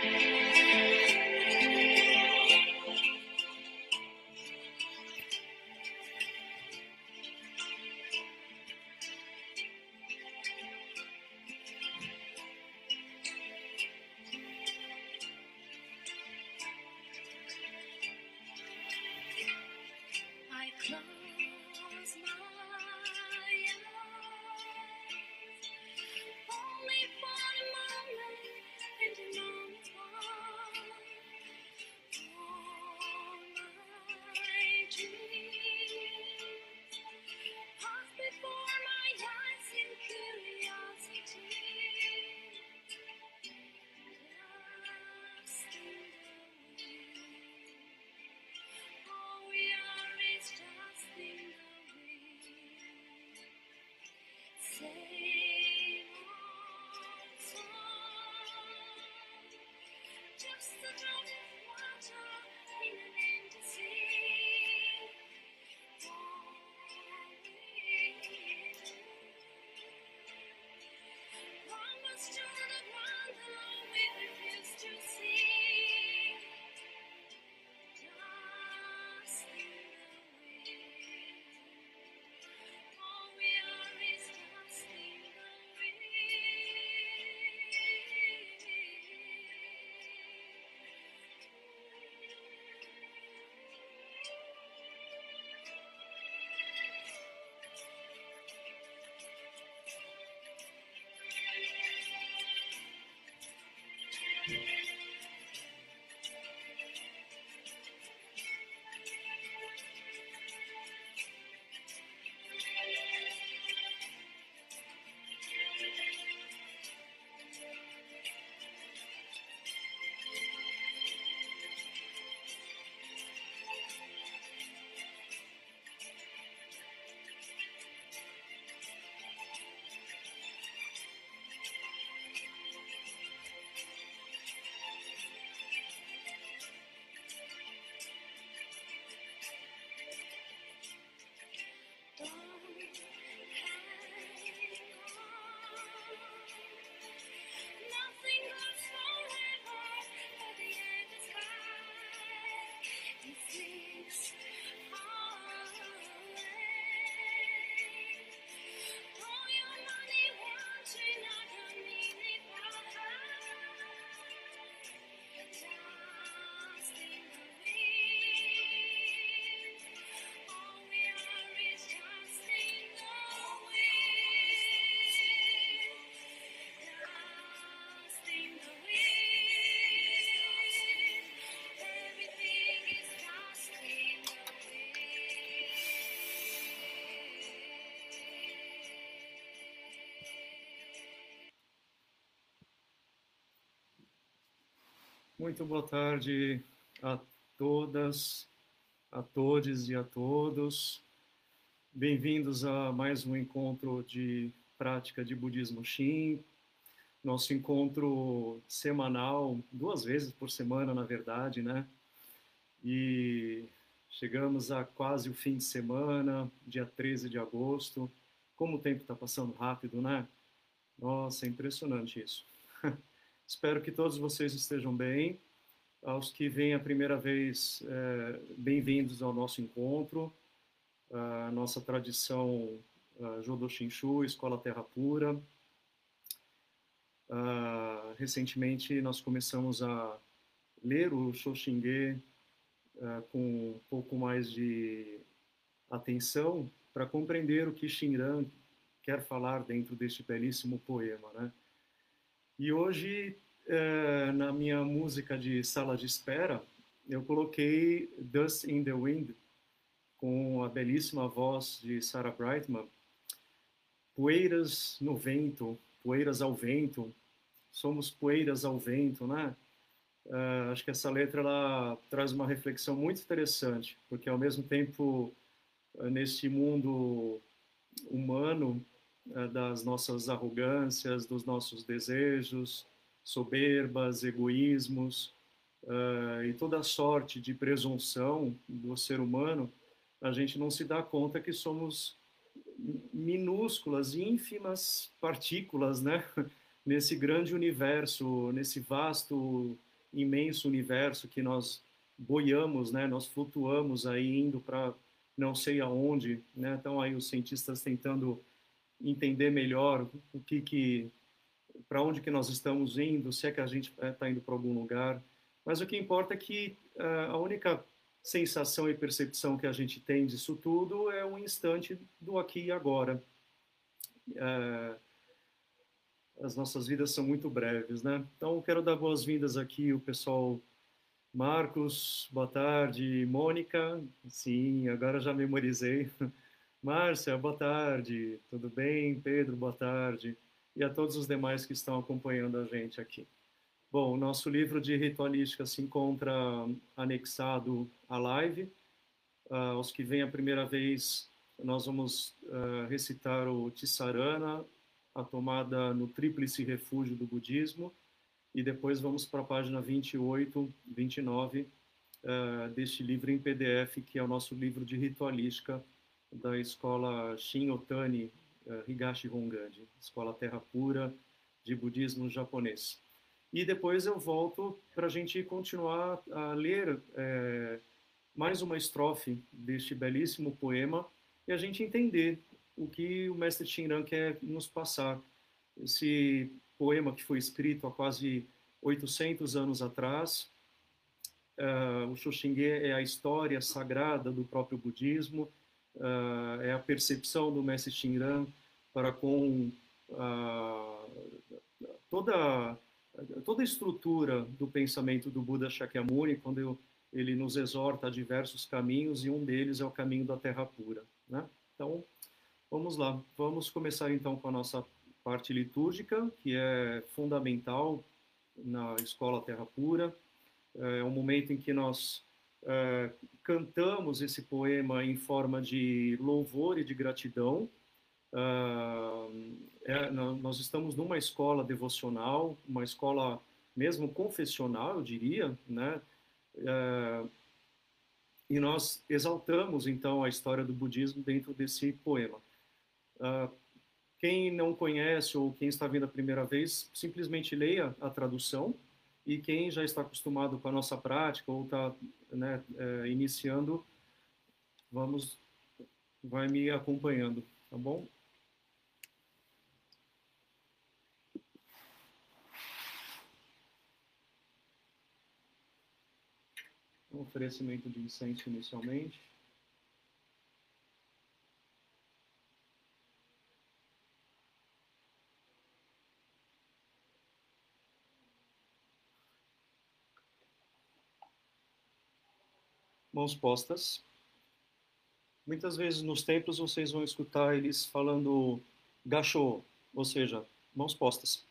Muito boa tarde a todas, a todos e a todos. Bem-vindos a mais um encontro de prática de budismo Shin. Nosso encontro semanal, 2 vezes por semana, na verdade, né? E chegamos a quase o fim de semana, dia 13 de agosto. Como o tempo está passando rápido, né? Nossa, é impressionante isso. Espero que todos vocês estejam bem. Aos que vêm a primeira vez, bem-vindos ao nosso encontro. A nossa tradição Jodo Shinshu, Escola Terra Pura. Recentemente nós começamos a ler o Shoshinge com um pouco mais de atenção para compreender o que Shinran quer falar dentro deste belíssimo poema, né? E hoje, na minha música de sala de espera, eu coloquei Dust in the Wind, com a belíssima voz de Sarah Brightman. Poeiras no vento, poeiras ao vento, somos poeiras ao vento, né? Acho que essa letra ela traz uma reflexão muito interessante, porque ao mesmo tempo, neste mundo humano, das nossas arrogâncias, dos nossos desejos, soberbas, egoísmos e toda a sorte de presunção do ser humano, a gente não se dá conta que somos minúsculas, ínfimas partículas, né? Nesse grande universo, nesse vasto imenso universo que nós boiamos, né? Nós flutuamos aí indo para não sei aonde, né? Então aí os cientistas tentando entender melhor o que para onde que nós estamos indo, se é que a gente está indo para algum lugar. Mas o que importa é que a única sensação e percepção que a gente tem disso tudo é um instante do aqui e agora. As nossas vidas são muito breves, né? Então, quero dar boas-vindas aqui o pessoal Marcos, boa tarde. Mônica, sim, agora já memorizei. Márcia, boa tarde. Tudo bem? Pedro, boa tarde. E a todos os demais que estão acompanhando a gente aqui. Bom, o nosso livro de ritualística se encontra anexado à live. Os que vêm a primeira vez, nós vamos recitar o Tissarana, a tomada no tríplice refúgio do budismo, e depois vamos para a página 28, 29 deste livro em PDF, que é o nosso livro de ritualística da escola Shin-Otani Higashi Hongandi, Escola Terra Pura de Budismo Japonês. E depois eu volto para a gente continuar a ler mais uma estrofe deste belíssimo poema e a gente entender o que o mestre Shinran quer nos passar. Esse poema que foi escrito há quase 800 anos atrás, o Shoshinge é a história sagrada do próprio budismo, é a percepção do mestre Shinran para com toda a estrutura do pensamento do Buda Shakyamuni, quando ele nos exorta a diversos caminhos, e um deles é o caminho da terra pura, né? Então, vamos lá. Vamos começar então com a nossa parte litúrgica, que é fundamental na Escola Terra Pura. É um momento em que nós cantamos esse poema em forma de louvor e de gratidão. Nós estamos numa escola devocional, uma escola mesmo confessional, eu diria, né? E nós exaltamos então a história do budismo dentro desse poema. Quem não conhece ou quem está vindo a primeira vez, simplesmente leia a tradução, e quem já está acostumado com a nossa prática ou está, né, iniciando, vai me acompanhando, tá bom? Um oferecimento de incenso inicialmente. Mãos postas. Muitas vezes nos templos vocês vão escutar eles falando gacho, ou seja, mãos postas.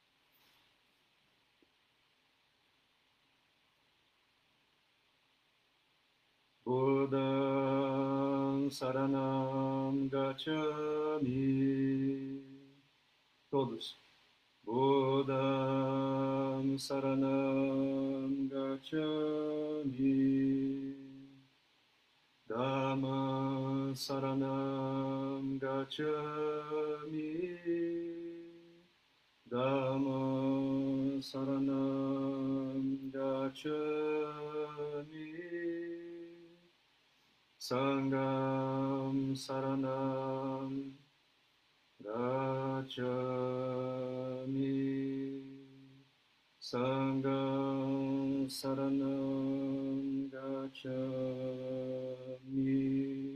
Buddham saranam gacchami. Todos. Buddham saranam gacchami. Dhamma saranam gacchami. Dhamma saranam gacchami. Sangham saranam gacchami. Sangham saranam gacchami.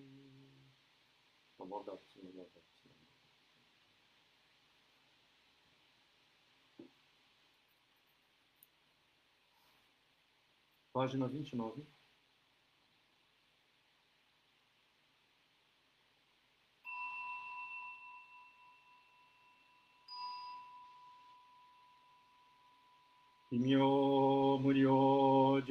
Página 29. Imyo Muryo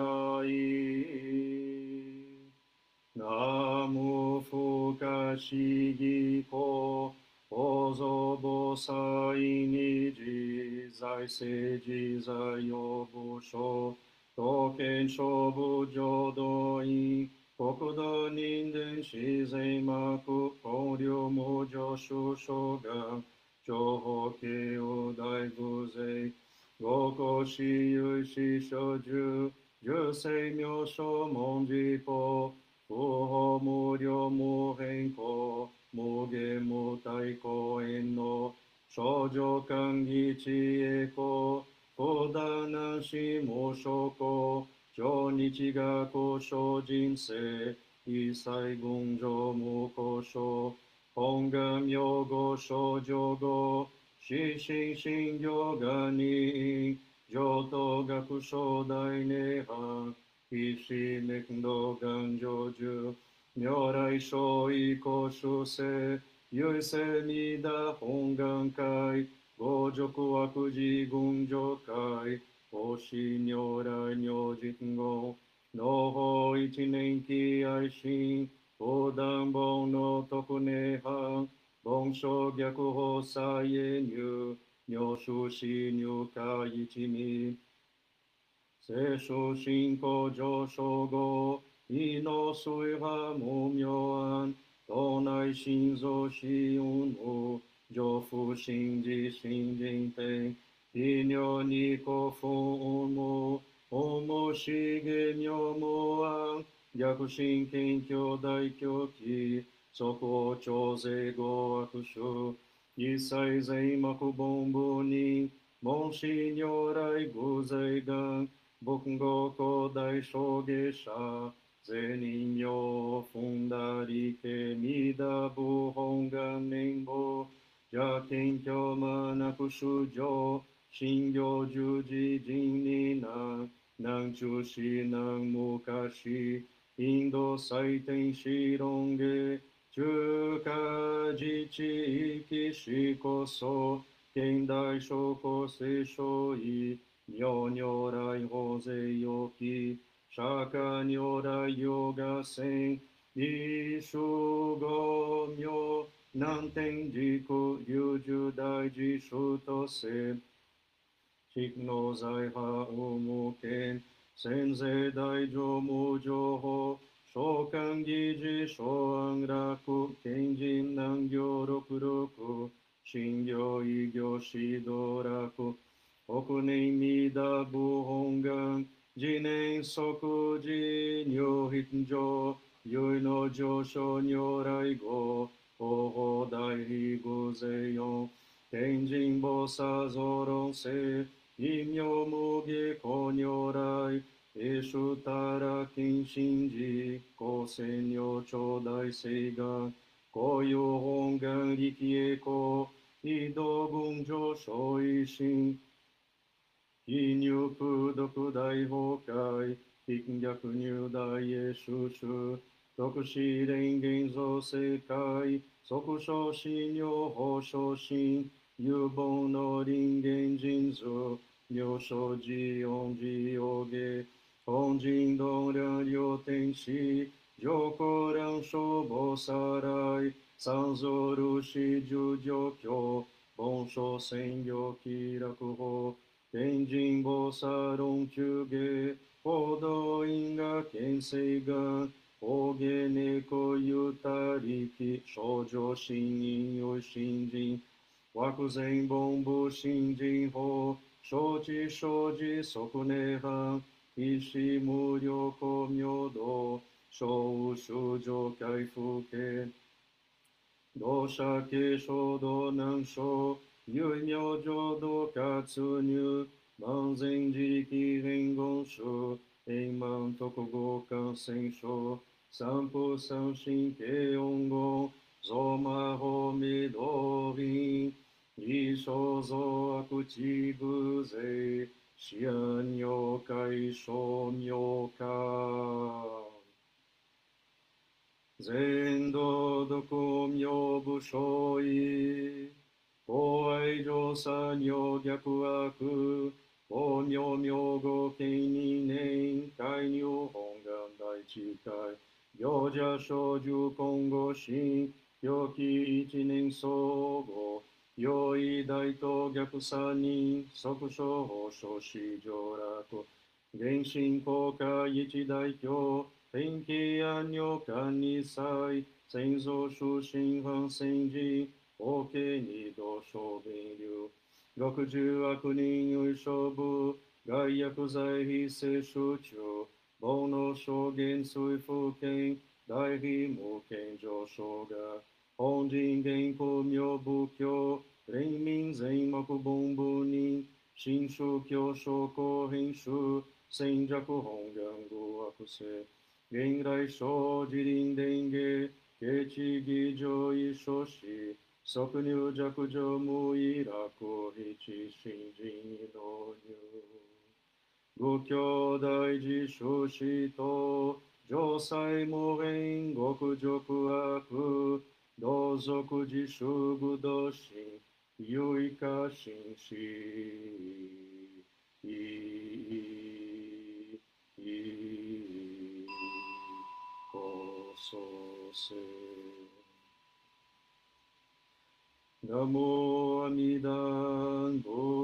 Junyorai Namu Fukashi Ko Ozo Bosai Niji Zai Seiji Zai Yobusho Token Shobu Jodoi Kokudo Ninden Shizei Maku Koryo Mujo Shushoga Joho Kyo Dai Guzei 五個四有四所十、十世名所文字法、不法無量無変更、無限無体公縁の、少女間義知恵公、古代難し無所公、上日が故障人生、一切群上無故障、本願名号少女語、死心信行がに、上等学章大涅槃、必死滅道願成就、如来所以公主世、唯世弥陀本願会、五辱悪事群上会、法師如来如実言、の法一年期愛心、横断本の特涅槃、本書逆法再演入、妙書子入会一味、聖書信仰上昇後、異の水派無明暗、党内心臓死運無、上腹心自心人天、異尿に古墳無、面茂妙無暗、逆心謙虚大狂気、即応徴税合悪種、一切税幕本部人、門師如来偶罪願、僕語古代小下者、税人名踏んだりけみだ部本願年簿、邪謙虚魔なく主上、信行十字人に南中死南昔、インド祭天使論下、中華自治域史こそ、現代諸国聖書意、妙如来法税要記、釈迦如来ヨガ戦、一種五妙、南天寺苦、有十大寺主とせ、蓄能財派無無権、先世大乗無情報、召喚議事小安楽、賢人難行六六、信行異行指導楽、北年弥陀部本願、次年即時入筆上、唯の上昇如来語、方法大悲偶税四、天神菩薩増論世、異名無義公如来、永寿たら金神寺、高専領長大聖願、公有本願力栄光、異道群上昇維新、非入空独大崩壊、貧逆入大へ収集、特使連現造世界、即昇進尿法昇進、有本の人間人図、妙正寺恩寺要下、本人道量両天使、上皇乱消防さらい、三蔵ルシ十条教、本書専業気楽法、天神菩薩論中下、報道因果見世願、法下猫ゆたりき、少女心因有心人、惑前本部新人法、承知生じ即涅槃、必死無量光明道、小修上界不見、同社継承道南小、唯名浄土活入、万全自力変言書、円満特合感染症、三法三神慶音言、増魔法未動品、異生増悪地偶税、思案妖怪小妙化。全道独妙不所依、公愛上作業逆悪、法名名号権二年、介入本願大地会、行者小獣今後心、病気一年総合、用意大東逆三人、即所法所司上楽、原神公開一大教、天気安女間二歳、先祖出身反戦時、法家二道小弁流、 60悪人有勝負、害悪罪非正主張、煩悩証言水風権、大非無権上昇が、本人言公明仏教、霊民全幕本部人、新宗教証拠編集、戦弱本願語悪性、現来生自輪伝下、ケチ義上一所し、即入弱上無意楽一心人導入。五兄弟自主死と、上妻無縁極辱悪、同族自主愚道心、有意化心死。こそせ。ナモアミダン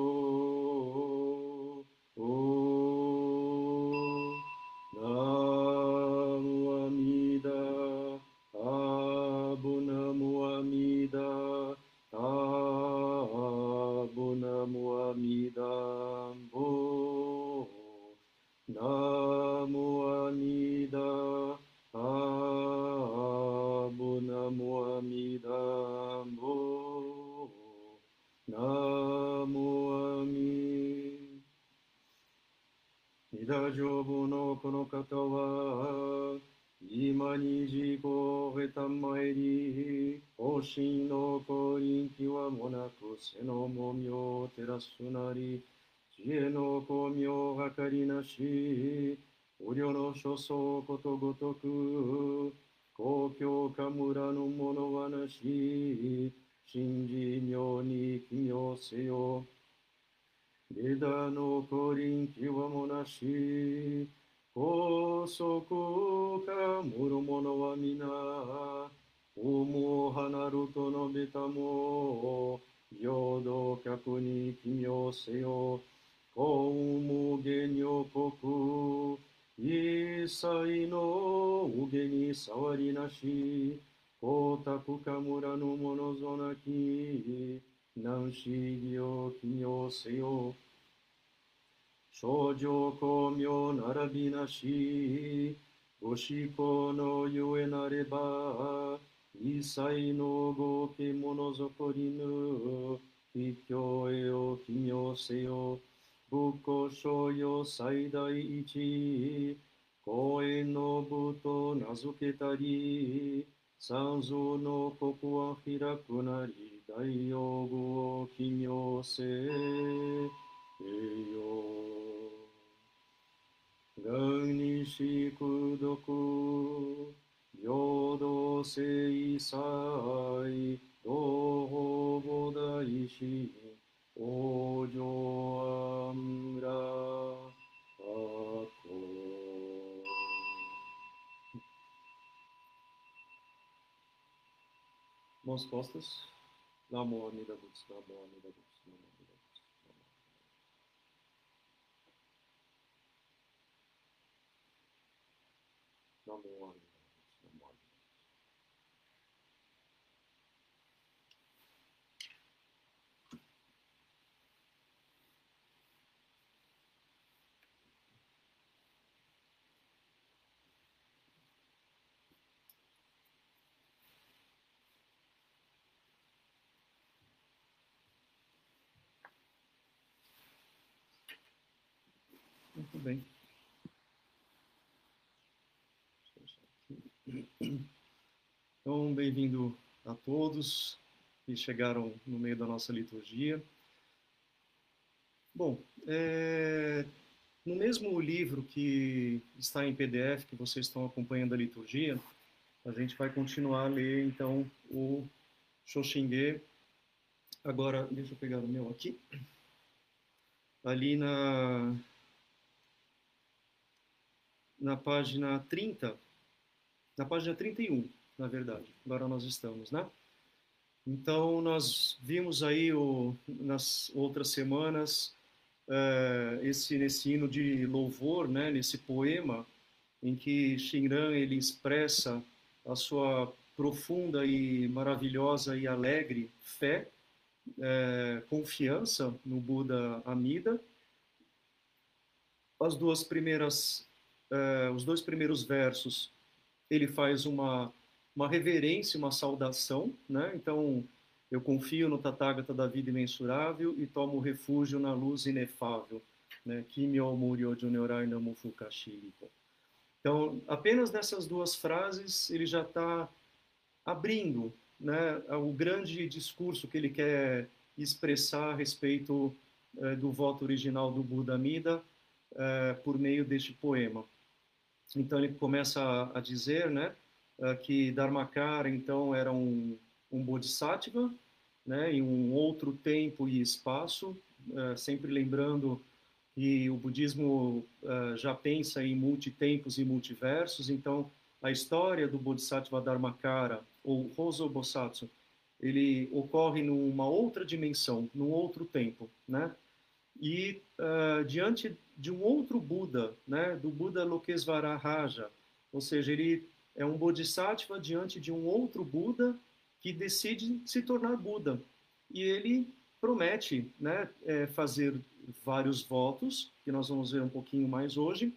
ボ。ナモアミダ。アブナモアミダ。アブナモアミダンボ。ナモアミダ。アブナモアミダンボ。ナモアミ。二大丈夫のこの方は、今に自己を経たまいり、方針の降臨気はもなく、背のもみを照らすなり、知恵の巧妙がかりなし、無量の所相ことごとく、公共か村のものはなし、信じ妙に奇妙せよ。下駄の降臨気はもなし、高速かむる者は皆、思う離ると述べたも、平等客に奇妙せよ。公無下女国、一切の右に触りなし、光沢か村の者ぞなき、難思議を奇妙せよ。少女巧妙並びなし、ご思考のゆえなれば、一切の合計物残りぬ、秘境へを奇妙せよ。仏教所要最大一、公園の部と名付けたり、三蔵の国は開くなり、大用具を奇妙せよ。願にし功徳、平等聖祭、同法菩提心、往生安楽法。Mãos postas. Namo Amida Butsu, Namo Amida Butsu, Namo Amida Butsu. Namo Amida Butsu, Namo Amida Butsu. Muito bem. Então, bem-vindo a todos que chegaram no meio da nossa liturgia. Bom, no mesmo livro que está em PDF, que vocês estão acompanhando a liturgia, a gente vai continuar a ler, então, o Shoshinge. Agora, deixa eu pegar o meu aqui. Ali na página 30, na página 31, na verdade. Agora nós estamos, né? Então, nós vimos aí nas outras semanas nesse hino de louvor, né? Nesse poema em que Shinran ele expressa a sua profunda e maravilhosa e alegre fé confiança no Buda Amida. Os dois primeiros versos, ele faz uma reverência, uma saudação, né? Então, eu confio no Tathagata da vida imensurável e tomo refúgio na luz inefável, né? Kimyo Muryo Junyorai Namu Fukashiriko. Então, apenas nessas duas frases, ele já está abrindo, né, o grande discurso que ele quer expressar a respeito do voto original do Buda Amida por meio deste poema. Então ele começa a dizer, né, que Dharmakara então era um bodhisattva, né, em um outro tempo e espaço, sempre lembrando que o budismo já pensa em multitempos e multiversos, então a história do Bodhisattva Dharmakara, ou Hoso Bosatsu, ele ocorre numa outra dimensão, num outro tempo, né? E diante de um outro Buda, né, do Buda Lokesvara-raja, ou seja, ele é um Bodhisattva diante de um outro Buda que decide se tornar Buda. E ele promete, né, fazer vários votos, que nós vamos ver um pouquinho mais hoje.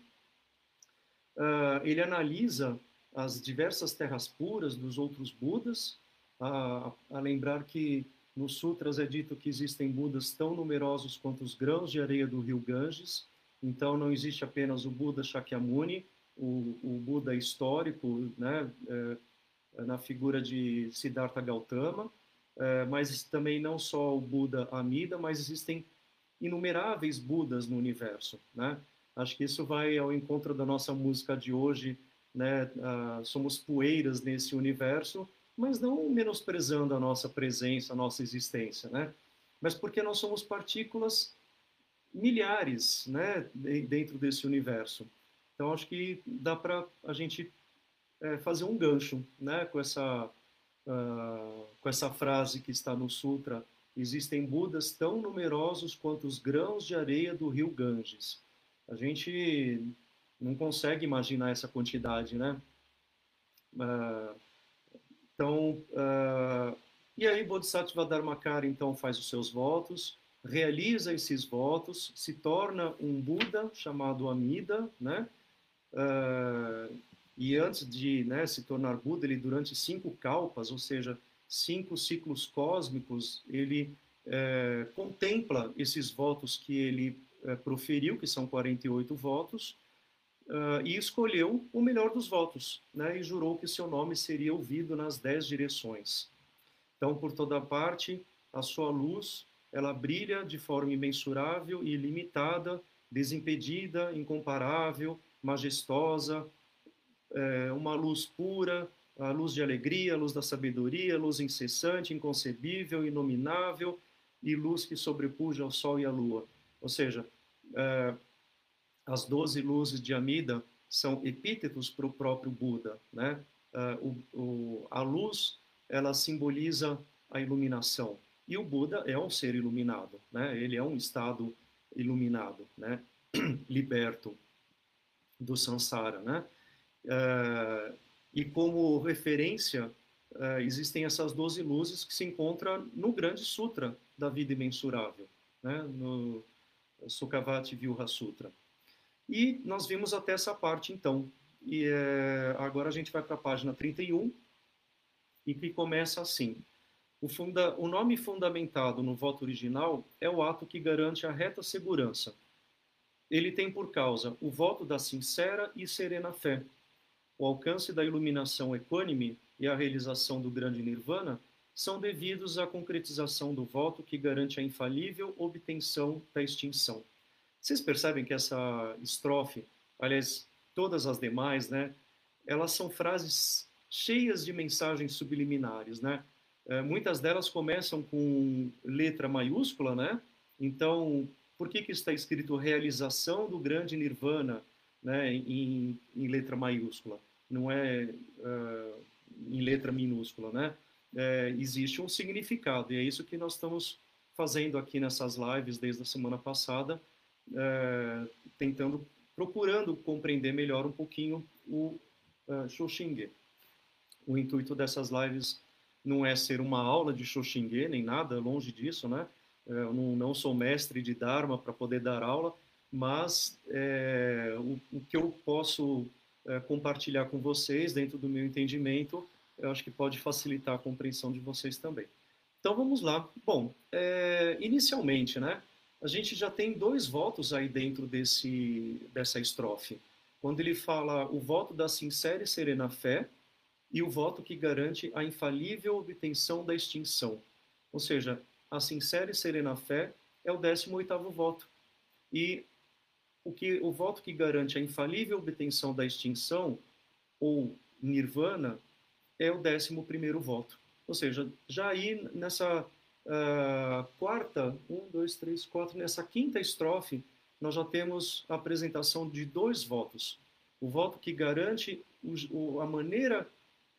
Ele analisa as diversas terras puras dos outros Budas, a lembrar que nos sutras é dito que existem Budas tão numerosos quanto os grãos de areia do rio Ganges. Então não existe apenas o Buda Shakyamuni, o Buda histórico, né, na figura de Siddhartha Gautama, mas também não só o Buda Amida, mas existem inumeráveis Budas no universo, né? Acho que isso vai ao encontro da nossa música de hoje, né? Somos poeiras nesse universo, mas não menosprezando a nossa presença, a nossa existência, né? Mas porque nós somos partículas milhares, né? Dentro desse universo. Então acho que dá para a gente fazer um gancho, né? Com essa frase que está no Sutra: existem Budas tão numerosos quanto os grãos de areia do rio Ganges. A gente não consegue imaginar essa quantidade, né? Então, e aí Bodhisattva Dharmakara então faz os seus votos, realiza esses votos, se torna um Buda chamado Amida, né? E antes de, né, se tornar Buda, ele durante 5 kalpas, ou seja, 5 ciclos cósmicos, ele contempla esses votos que ele proferiu, que são 48 votos, e escolheu o melhor dos votos, né, e jurou que seu nome seria ouvido nas 10 direções. Então, por toda parte, a sua luz, ela brilha de forma imensurável e ilimitada, desimpedida, incomparável, majestosa, uma luz pura, a luz de alegria, a luz da sabedoria, luz incessante, inconcebível, inominável, e luz que sobrepuja ao sol e à lua. Ou seja, as 12 luzes de Amida são epítetos para o próprio Buda, né? A luz, ela simboliza a iluminação. E o Buda é um ser iluminado, né? Ele é um estado iluminado, né? Liberto do samsara, né? E como referência, existem essas 12 luzes que se encontram no grande sutra da vida imensurável, né? No Sukhavati Vyuha Sutra. E nós vimos até essa parte, então. E agora a gente vai para a página 31, e que começa assim. O nome fundamentado no voto original é o ato que garante a reta segurança. Ele tem por causa o voto da sincera e serena fé. O alcance da iluminação equânime e a realização do grande nirvana são devidos à concretização do voto que garante a infalível obtenção da extinção. Vocês percebem que essa estrofe, aliás, todas as demais, né, elas são frases cheias de mensagens subliminares, né? Muitas delas começam com letra maiúscula, né? Então, por que está escrito realização do grande nirvana, né, em letra maiúscula? Não é em letra minúscula, né? Existe um significado, e é isso que nós estamos fazendo aqui nessas lives desde a semana passada, procurando compreender melhor um pouquinho o Shoshinge. O intuito dessas lives não é ser uma aula de Shoshinge, nem nada, longe disso, né? Eu não sou mestre de Dharma para poder dar aula, mas o que eu posso compartilhar com vocês, dentro do meu entendimento, eu acho que pode facilitar a compreensão de vocês também. Então vamos lá. Bom, inicialmente, né, a gente já tem dois votos aí dentro dessa estrofe. Quando ele fala o voto da sincera e serena fé e o voto que garante a infalível obtenção da extinção. Ou seja, a sincera e serena fé é o 18º voto. E o voto que garante a infalível obtenção da extinção, ou nirvana, é o 11º voto. Ou seja, já aí nessa quarta, nessa quinta estrofe, nós já temos a apresentação de dois votos. O voto que garante a maneira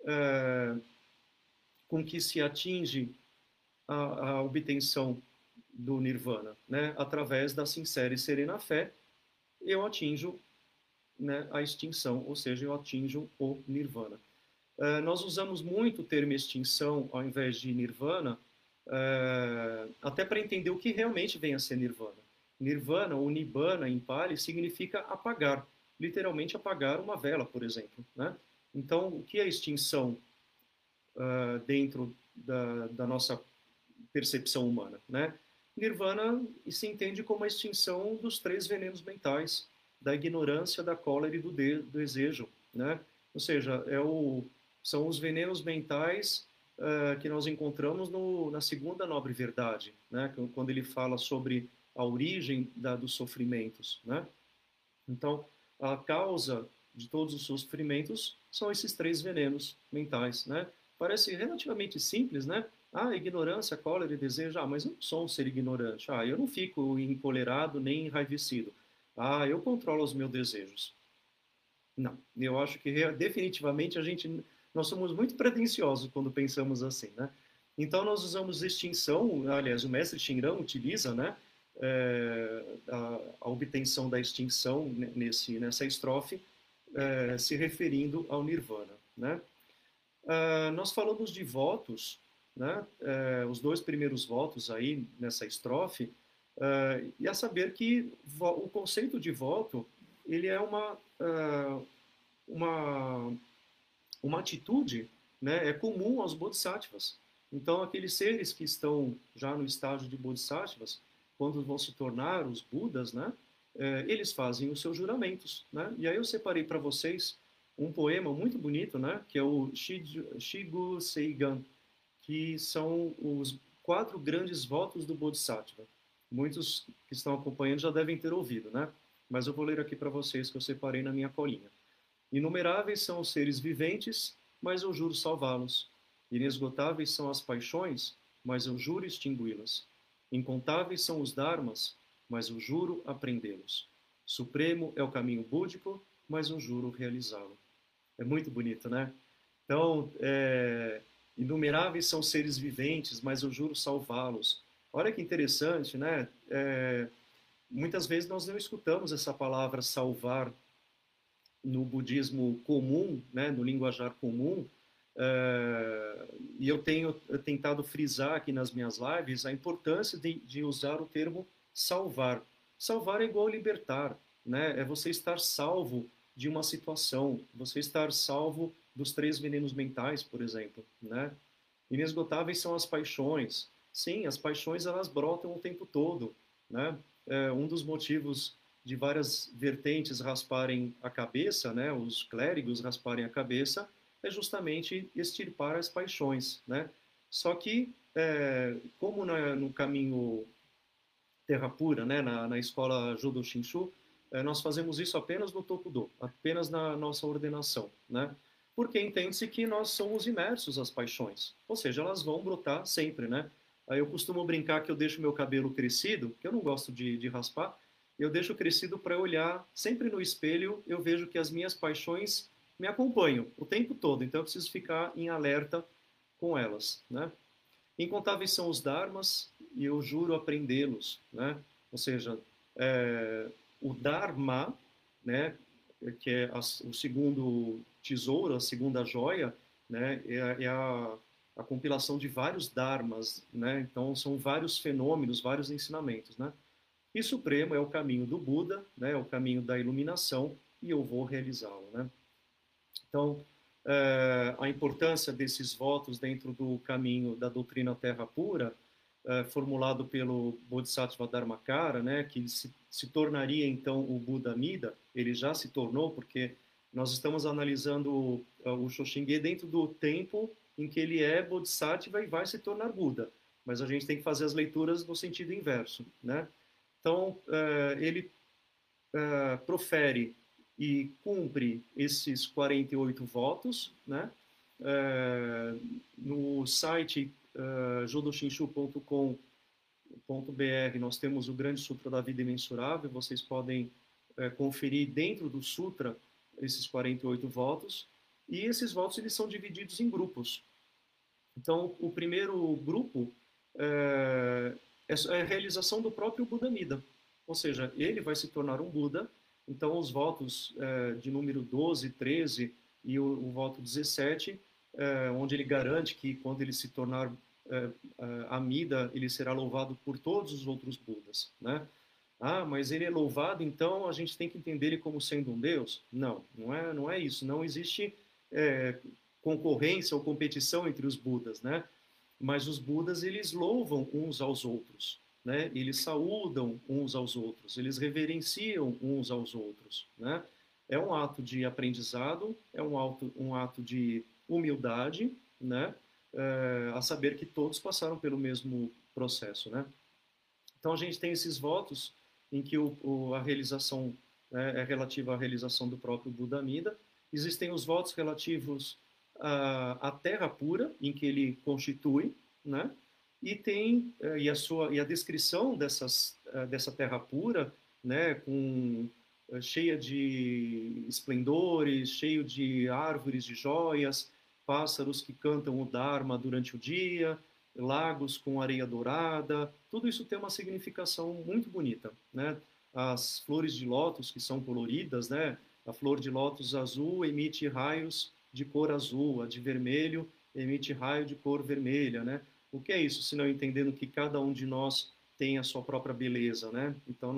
com que se atinge a obtenção do nirvana, né? Através da sincera e serena fé, eu atinjo, né, a extinção, ou seja, eu atinjo o nirvana. Nós usamos muito o termo extinção ao invés de nirvana, até para entender o que realmente vem a ser nirvana. Nirvana, ou nibbana em Pali, significa apagar, literalmente apagar uma vela, por exemplo, né? Então, o que é extinção dentro da nossa percepção humana, né? Nirvana se entende como a extinção dos 3 venenos mentais, da ignorância, da cólera e do desejo, né? Ou seja, são os venenos mentais que nós encontramos na segunda nobre verdade, né? Quando ele fala sobre a origem dos sofrimentos, né? Então, a causa de todos os sofrimentos são esses 3 venenos mentais, né? Parece relativamente simples, né? Ignorância, cólera e desejo. Mas eu não sou um ser ignorante. Eu não fico encolerado nem enraivecido. Eu controlo os meus desejos. Não, eu acho que definitivamente nós somos muito pretensiosos quando pensamos assim, né? Então nós usamos extinção, aliás, o mestre Shinran utiliza, né, a obtenção da extinção nessa estrofe, se referindo ao nirvana, né? Nós falamos de votos, né? Os 2 primeiros votos aí nessa estrofe, e a saber que o conceito de voto ele é uma atitude, né, comum aos bodhisattvas. Então, aqueles seres que estão já no estágio de bodhisattvas, quando vão se tornar os Budas, né, eles fazem os seus juramentos, né? E aí eu separei para vocês um poema muito bonito, né, que é o Shigu Seigan, que são os 4 grandes votos do Bodhisattva. Muitos que estão acompanhando já devem ter ouvido, né? Mas eu vou ler aqui para vocês que eu separei na minha colinha. Inumeráveis são os seres viventes, mas eu juro salvá-los. Inesgotáveis são as paixões, mas eu juro extingui-las. Incontáveis são os dharmas, mas eu juro aprendê-los. Supremo é o caminho búdico, mas eu juro realizá-lo. É muito bonito, né? Então, inumeráveis são os seres viventes, mas eu juro salvá-los. Olha que interessante, né? Muitas vezes nós não escutamos essa palavra salvar no budismo comum, né, no linguajar comum, e eu tenho tentado frisar aqui nas minhas lives a importância de usar o termo salvar. Salvar é igual libertar, né? É você estar salvo de uma situação, você estar salvo dos 3 venenos mentais, por exemplo, né? Inesgotáveis são as paixões. Sim, as paixões elas brotam o tempo todo, né? Um dos motivos de várias vertentes rasparem a cabeça, né? Os clérigos rasparem a cabeça, é justamente extirpar as paixões, né? Só que, como no caminho Terra Pura, né? Na escola Jodo Shinshu, nós fazemos isso apenas no Tokudo, apenas na nossa ordenação, né? Porque entende-se que nós somos imersos às paixões, ou seja, elas vão brotar sempre, né? Aí eu costumo brincar que eu deixo meu cabelo crescido, que eu não gosto de raspar, eu deixo crescido para olhar sempre no espelho, eu vejo que as minhas paixões me acompanham o tempo todo, então eu preciso ficar em alerta com elas, né? Incontáveis são os dharmas e eu juro aprendê-los, né? Ou seja, o dharma, né, que é o segundo tesouro, a segunda joia, né, é a compilação de vários dharmas, né? Então são vários fenômenos, vários ensinamentos, né? E supremo é o caminho do Buda, né? É o caminho da iluminação e eu vou realizá-lo, né? Então, a importância desses votos dentro do caminho da doutrina Terra Pura, formulado pelo Bodhisattva Dharmakara, né, que se tornaria então o Buda Amida, ele já se tornou, porque nós estamos analisando o Shoshinge dentro do tempo em que ele é Bodhisattva e vai se tornar Buda, mas a gente tem que fazer as leituras no sentido inverso, né? Então, ele profere e cumpre esses 48 votos, né? No site jodoshinshu.com.br nós temos o Grande Sutra da Vida Imensurável, vocês podem conferir dentro do Sutra esses 48 votos, e esses votos eles são divididos em grupos. Então, o primeiro grupo é a realização do próprio Buda Amida, ou seja, ele vai se tornar um Buda. Então, os votos de número 12, 13 e o voto 17, onde ele garante que quando ele se tornar Amida, ele será louvado por todos os outros Budas, né? Ah, mas ele é louvado, então a gente tem que entender ele como sendo um Deus? Não, não é isso. Não existe concorrência ou competição entre os Budas, né? Mas os Budas, eles louvam uns aos outros, né? Eles saúdam uns aos outros, eles reverenciam uns aos outros, né? É um ato de aprendizado, é um ato de humildade, né? A saber que todos passaram pelo mesmo processo, né? Então a gente tem esses votos em que a realização é relativa à realização do próprio Buda Amida. Existem os votos relativos à terra pura, em que ele constitui, né? E tem e a descrição dessa terra pura, né? Cheia de esplendores, cheio de árvores de joias, pássaros que cantam o Dharma durante o dia, lagos com areia dourada, tudo isso tem uma significação muito bonita, né? As flores de lótus que são coloridas, né? A flor de lótus azul emite raios de cor azul, a de vermelho emite raio de cor vermelha, né? O que é isso, se não entendendo que cada um de nós tem a sua própria beleza, né? Então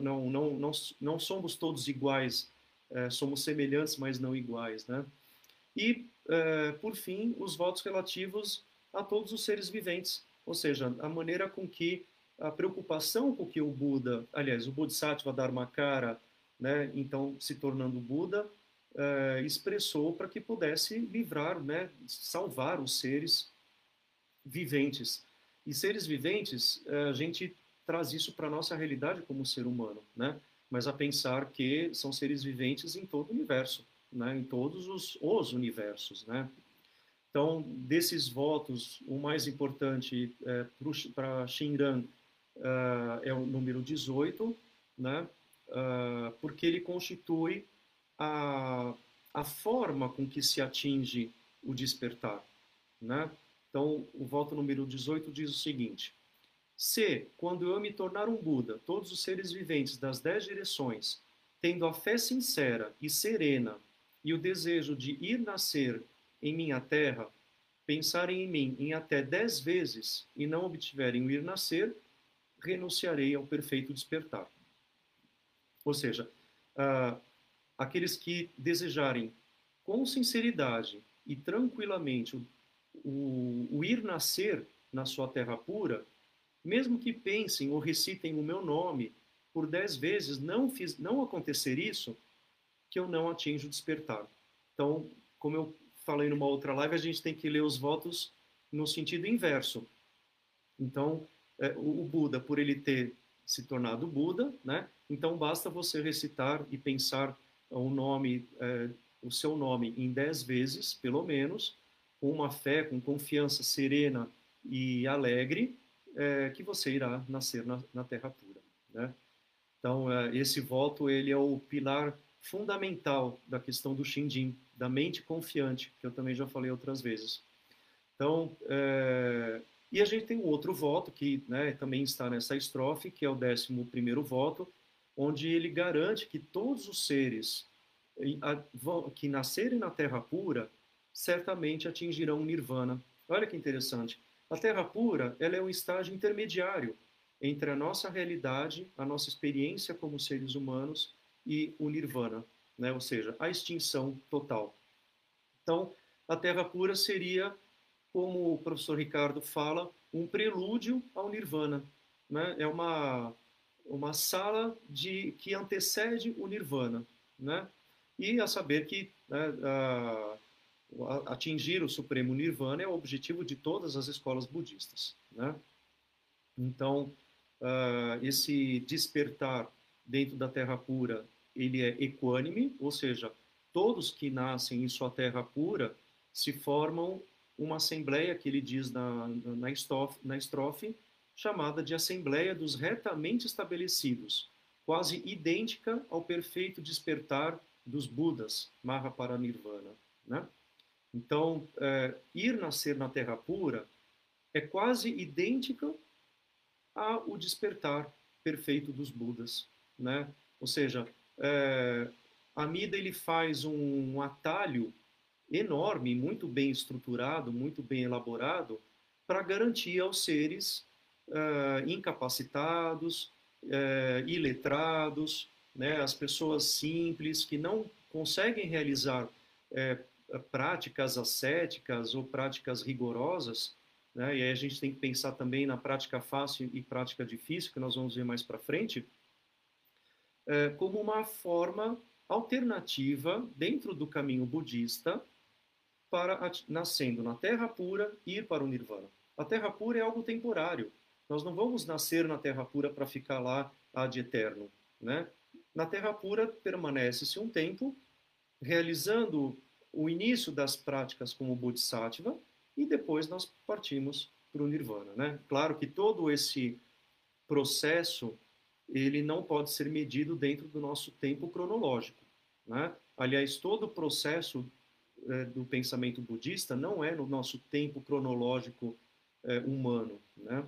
não somos todos iguais, somos semelhantes, mas não iguais, né? E, por fim, os votos relativos a todos os seres viventes, ou seja, a maneira com que a preocupação com que o Buda, aliás, o Bodhisattva Dharmakara, né, então se tornando Buda, expressou para que pudesse livrar, né, salvar os seres viventes. E seres viventes, a gente traz isso para a nossa realidade como ser humano, né? Mas a pensar que são seres viventes em todo o universo, né? Em todos os universos, né? Então, desses votos, o mais importante para Shinran é o número 18, né? Porque ele constitui a, a forma com que se atinge o despertar, né? Então, o voto número 18 diz o seguinte: se, quando eu me tornar um Buda, todos os seres viventes das 10 direções, tendo a fé sincera e serena e o desejo de ir nascer em minha terra, pensarem em mim em até 10 vezes e não obtiverem o ir nascer, renunciarei ao perfeito despertar. Ou seja, aqueles que desejarem com sinceridade e tranquilamente o ir nascer na sua terra pura, mesmo que pensem ou recitem o meu nome por 10 vezes, não acontecer isso, que eu não atinjo o despertar. Então, como eu falei numa outra live, a gente tem que ler os votos no sentido inverso. Então, o Buda, por ele ter se tornado Buda, né? Então basta você recitar e pensar o seu nome em 10 vezes, pelo menos, com uma fé, com confiança serena e alegre, que você irá nascer na Terra pura, né? Então, esse voto ele é o pilar fundamental da questão do Shinjin, da mente confiante, que eu também já falei outras vezes. Então, e a gente tem um outro voto que, né, também está nessa estrofe, que é o 11º voto, onde ele garante que todos os seres que nascerem na Terra pura certamente atingirão o Nirvana, Olha que interessante. A Terra pura, ela é um estágio intermediário entre a nossa realidade, a nossa experiência como seres humanos e o nirvana, né? Ou seja, a extinção total. Então, a Terra pura seria, como o professor Ricardo fala, um prelúdio ao nirvana, né? É uma sala que antecede o nirvana, né? E a saber que, né, atingir o supremo nirvana é o objetivo de todas as escolas budistas, né? Então, esse despertar dentro da terra pura, ele é equânime, ou seja, todos que nascem em sua terra pura se formam uma assembleia, que ele diz na estrofe, chamada de Assembleia dos Retamente Estabelecidos, quase idêntica ao perfeito despertar dos Budas, Mahaparinirvana, né? Então, ir nascer na terra pura é quase idêntica ao despertar perfeito dos Budas, né? Ou seja, Amida ele faz um atalho enorme, muito bem estruturado, muito bem elaborado, para garantir aos seres incapacitados, iletrados, né, as pessoas simples que não conseguem realizar práticas ascéticas ou práticas rigorosas, né, e aí a gente tem que pensar também na prática fácil e prática difícil, que nós vamos ver mais para frente, como uma forma alternativa dentro do caminho budista para, nascendo na terra pura, ir para o nirvana. A terra pura é algo temporário. Nós não vamos nascer na terra pura para ficar lá ad eterno, né? Na terra pura permanece-se um tempo realizando o início das práticas como bodhisattva e depois nós partimos para o nirvana, né? Claro que todo esse processo ele não pode ser medido dentro do nosso tempo cronológico, né? Aliás, todo o processo do pensamento budista não é no nosso tempo cronológico humano, né?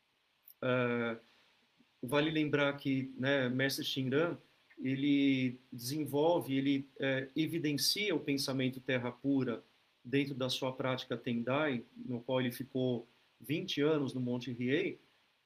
Vale lembrar que, né, Mestre Shinran ele desenvolve, ele evidencia o pensamento terra pura dentro da sua prática Tendai, no qual ele ficou 20 anos no Monte Hiei,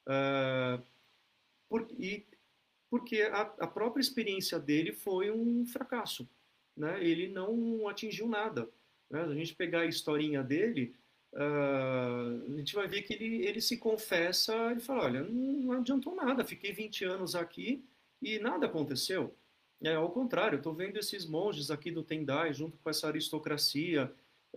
e porque a própria experiência dele foi um fracasso, né? Ele não atingiu nada, né? A gente pegar a historinha dele, a gente vai ver que ele se confessa, ele fala, olha, não adiantou nada, fiquei 20 anos aqui e nada aconteceu. Ao contrário, estou vendo esses monges aqui do Tendai, junto com essa aristocracia,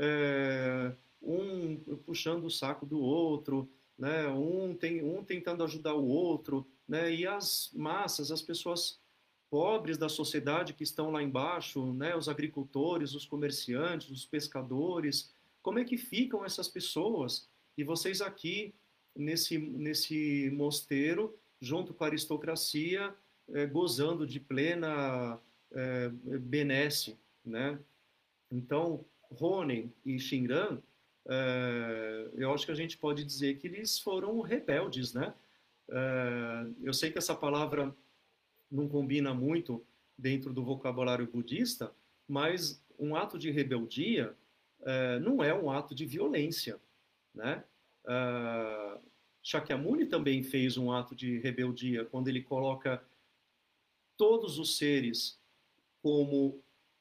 um puxando o saco do outro, né? Um tentando ajudar o outro, né? E as massas, as pessoas pobres da sociedade que estão lá embaixo, né? Os agricultores, os comerciantes, os pescadores, como é que ficam essas pessoas? E vocês aqui nesse mosteiro, junto com a aristocracia, gozando de plena benesse, né? Então, Ronen e Shinran, eu acho que a gente pode dizer que eles foram rebeldes, né? Eu sei que essa palavra não combina muito dentro do vocabulário budista, mas um ato de rebeldia não é um ato de violência, né? Shakyamuni também fez um ato de rebeldia quando ele coloca todos os seres como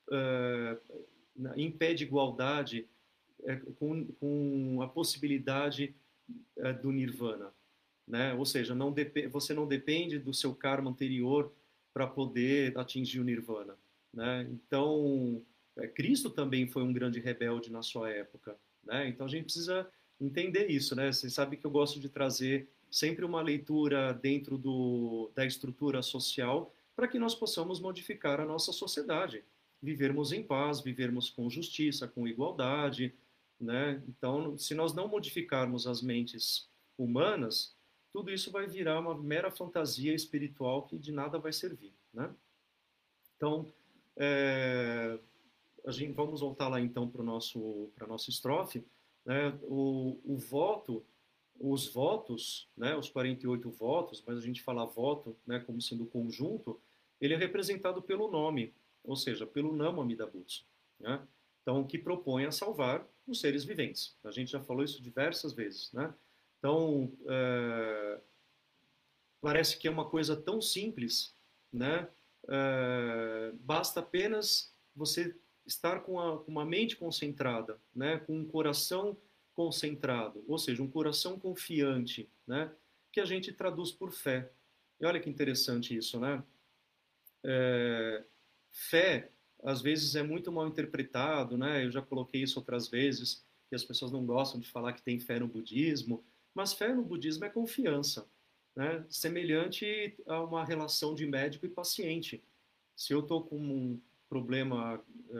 em pé de igualdade com a possibilidade do nirvana, né? Ou seja, você não depende do seu karma anterior para poder atingir o nirvana, né? Então, Cristo também foi um grande rebelde na sua época, né? Então a gente precisa entender isso, né? Você sabe que eu gosto de trazer sempre uma leitura dentro da estrutura social para que nós possamos modificar a nossa sociedade, vivermos em paz, vivermos com justiça, com igualdade, né? Então, se nós não modificarmos as mentes humanas, tudo isso vai virar uma mera fantasia espiritual que de nada vai servir, né? Então, vamos voltar lá então para a nossa estrofe, né? O voto, os votos, né? Os 48 votos, mas a gente fala voto, né? Como sendo conjunto, ele é representado pelo nome, ou seja, pelo Nama Amida Butsu, né? Então, que propõe a salvar os seres viventes. A gente já falou isso diversas vezes, né? Então, parece que é uma coisa tão simples, né? Basta apenas você estar com uma mente concentrada, né? Com um coração concentrado, ou seja, um coração confiante, né? Que a gente traduz por fé. E olha que interessante isso, né? Fé, às vezes, é muito mal interpretado, né? Eu já coloquei isso outras vezes, que as pessoas não gostam de falar que tem fé no budismo, mas fé no budismo é confiança, né? Semelhante a uma relação de médico e paciente. Se eu estou com um problema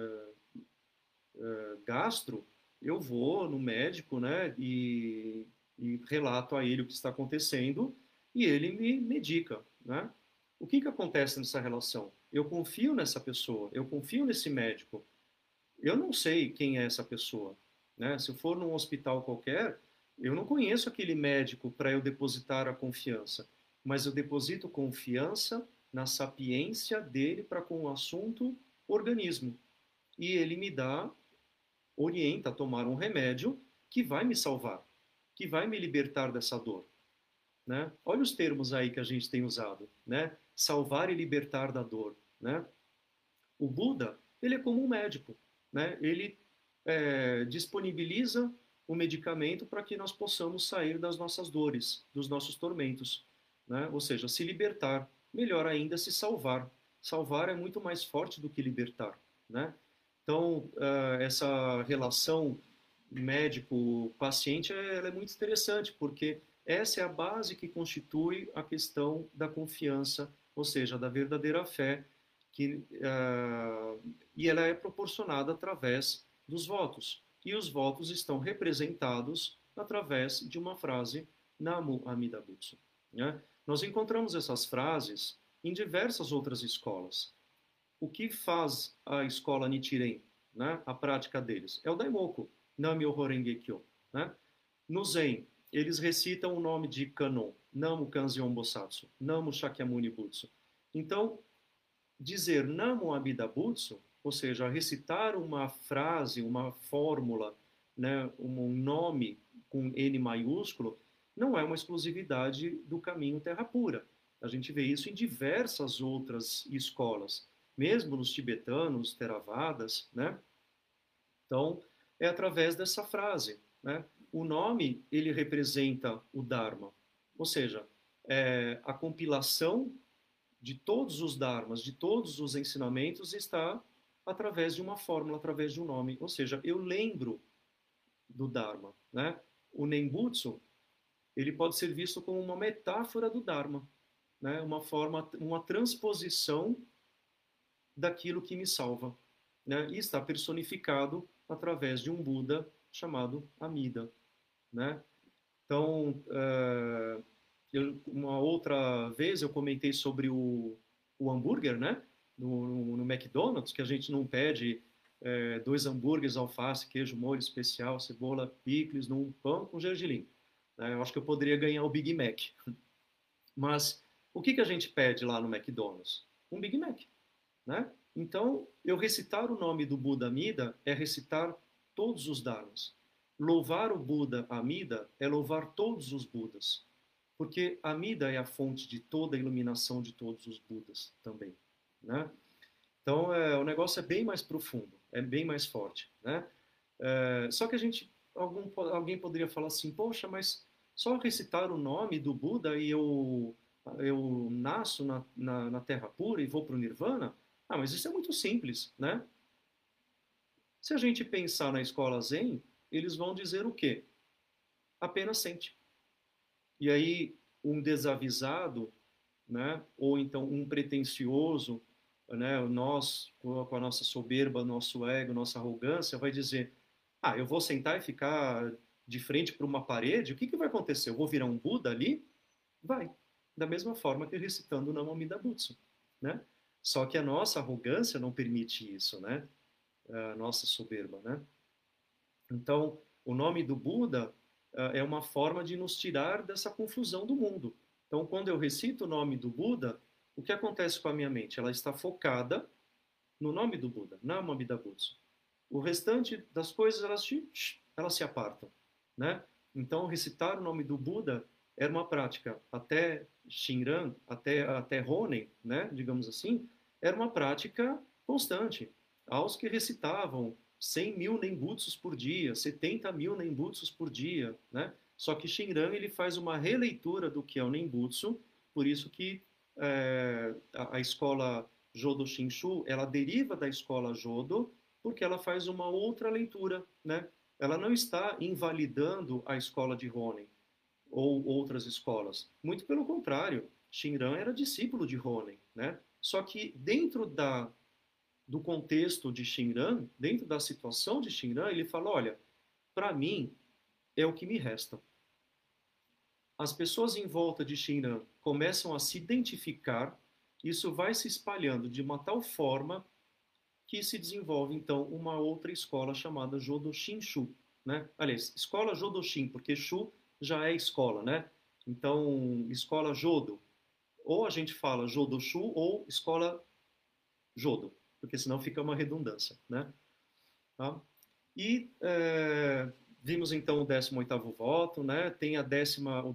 gastro, eu vou no médico, né? E relato a ele o que está acontecendo e ele me medica, né? O que acontece nessa relação? Eu confio nessa pessoa, eu confio nesse médico. Eu não sei quem é essa pessoa, né? Se eu for num hospital qualquer, eu não conheço aquele médico para eu depositar a confiança, mas eu deposito confiança na sapiência dele para com o assunto organismo. E ele me dá, orienta a tomar um remédio que vai me salvar, que vai me libertar dessa dor. Né? Olha os termos aí que a gente tem usado, né? Salvar e libertar da dor, né? O Buda, ele é como um médico, né? Ele disponibiliza o medicamento para que nós possamos sair das nossas dores, dos nossos tormentos, né? Ou seja, se libertar, melhor ainda se salvar. Salvar é muito mais forte do que libertar, né? Então, essa relação médico-paciente ela é muito interessante, porque essa é a base que constitui a questão da confiança, ou seja, da verdadeira fé, e ela é proporcionada através dos votos. E os votos estão representados através de uma frase Namu Amida Butsu. Né? Nós encontramos essas frases em diversas outras escolas. O que faz a escola Nichiren, né, a prática deles? É o Daimoku, Nam-myoho Renge Kyo. Né? No Zen, eles recitam o nome de Kanon, Namu Kanzeon Bosatsu, Namu Shakyamuni Butsu. Então, dizer Namu Amida Butsu, ou seja, recitar uma frase, uma fórmula, né, um nome com N maiúsculo, não é uma exclusividade do caminho Terra Pura. A gente vê isso em diversas outras escolas, mesmo nos tibetanos, Theravadas, né? Então, é através dessa frase, né? O nome, ele representa o Dharma, ou seja, a compilação de todos os dharmas, de todos os ensinamentos, está através de uma fórmula, através de um nome. Ou seja, eu lembro do Dharma. Né? O Nembutsu, ele pode ser visto como uma metáfora do Dharma, né? Uma forma, uma transposição daquilo que me salva. Né? E está personificado através de um Buda chamado Amida. Né? Então, uma outra vez eu comentei sobre o hambúrguer, né? No McDonald's, que a gente não pede 2 hambúrgueres, alface, queijo, molho especial, cebola, picles, num pão com gergelim. Né? Eu acho que eu poderia ganhar o Big Mac. Mas o que a gente pede lá no McDonald's? Um Big Mac. Né? Então, eu recitar o nome do Buda Amida é recitar todos os dharmas. Louvar o Buda Amida é louvar todos os Budas. Porque Amida é a fonte de toda a iluminação de todos os Budas também. Né? Então, o negócio é bem mais profundo, é bem mais forte. Né? Só que alguém poderia falar assim, poxa, mas só recitar o nome do Buda e eu nasço na Terra Pura e vou para o Nirvana? Ah, mas isso é muito simples, né? Se a gente pensar na escola Zen, eles vão dizer o quê? Apenas sente. E aí, um desavisado, né? Ou então um pretensioso, né? Nós, com a nossa soberba, nosso ego, nossa arrogância, vai dizer: ah, eu vou sentar e ficar de frente para uma parede, o que vai acontecer? Eu vou virar um Buda ali? Vai. Da mesma forma que recitando o Namo Amida Butsu, né? Só que a nossa arrogância não permite isso, né? A nossa soberba, né? Então, o nome do Buda é uma forma de nos tirar dessa confusão do mundo. Então, quando eu recito o nome do Buda, o que acontece com a minha mente? Ela está focada no nome do Buda, Namo Amida Butsu. O restante das coisas, elas se apartam, né? Então, recitar o nome do Buda era uma prática. Até Shinran, até Honen, né, digamos assim, era uma prática constante. Aos que recitavam 100 mil Nembutsus por dia, 70 mil Nembutsus por dia, né? Só que Shinran, ele faz uma releitura do que é o Nembutsu, por isso que a escola Jodo Shinshu, ela deriva da escola Jodo, porque ela faz uma outra leitura, né? Ela não está invalidando a escola de Honen ou outras escolas. Muito pelo contrário, Shinran era discípulo de Honen, né? Só que dentro do contexto de Shinran, dentro da situação de Shinran, ele fala, olha, para mim é o que me resta. As pessoas em volta de Shinran começam a se identificar, isso vai se espalhando de uma tal forma que se desenvolve, então, uma outra escola chamada Jodoshin Shu, né? Aliás, escola Jodoshin, porque Shu já é escola, né? Então, escola Jodo. Ou a gente fala Jodoshu ou escola Jodo, porque senão fica uma redundância, né? Tá? E vimos, então, o 18º voto, né? Tem o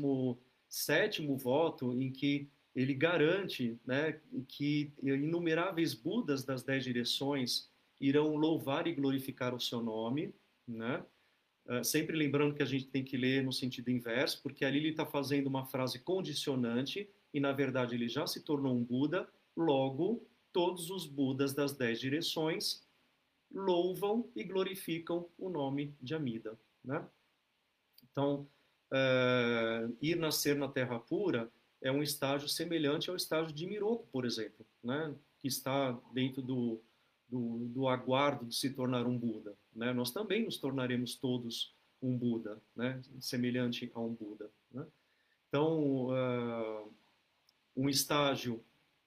17º voto, em que ele garante, né, que inumeráveis Budas das 10 direções irão louvar e glorificar o seu nome, né? Sempre lembrando que a gente tem que ler no sentido inverso, porque ali ele está fazendo uma frase condicionante e, na verdade, ele já se tornou um Buda, logo, todos os Budas das 10 direções louvam e glorificam o nome de Amida, né? Então, ir nascer na Terra pura é um estágio semelhante ao estágio de Miroku, por exemplo, né? Que está dentro do aguardo de se tornar um Buda, né? Nós também nos tornaremos todos um Buda, né? Semelhante a um Buda, né? Então, um estágio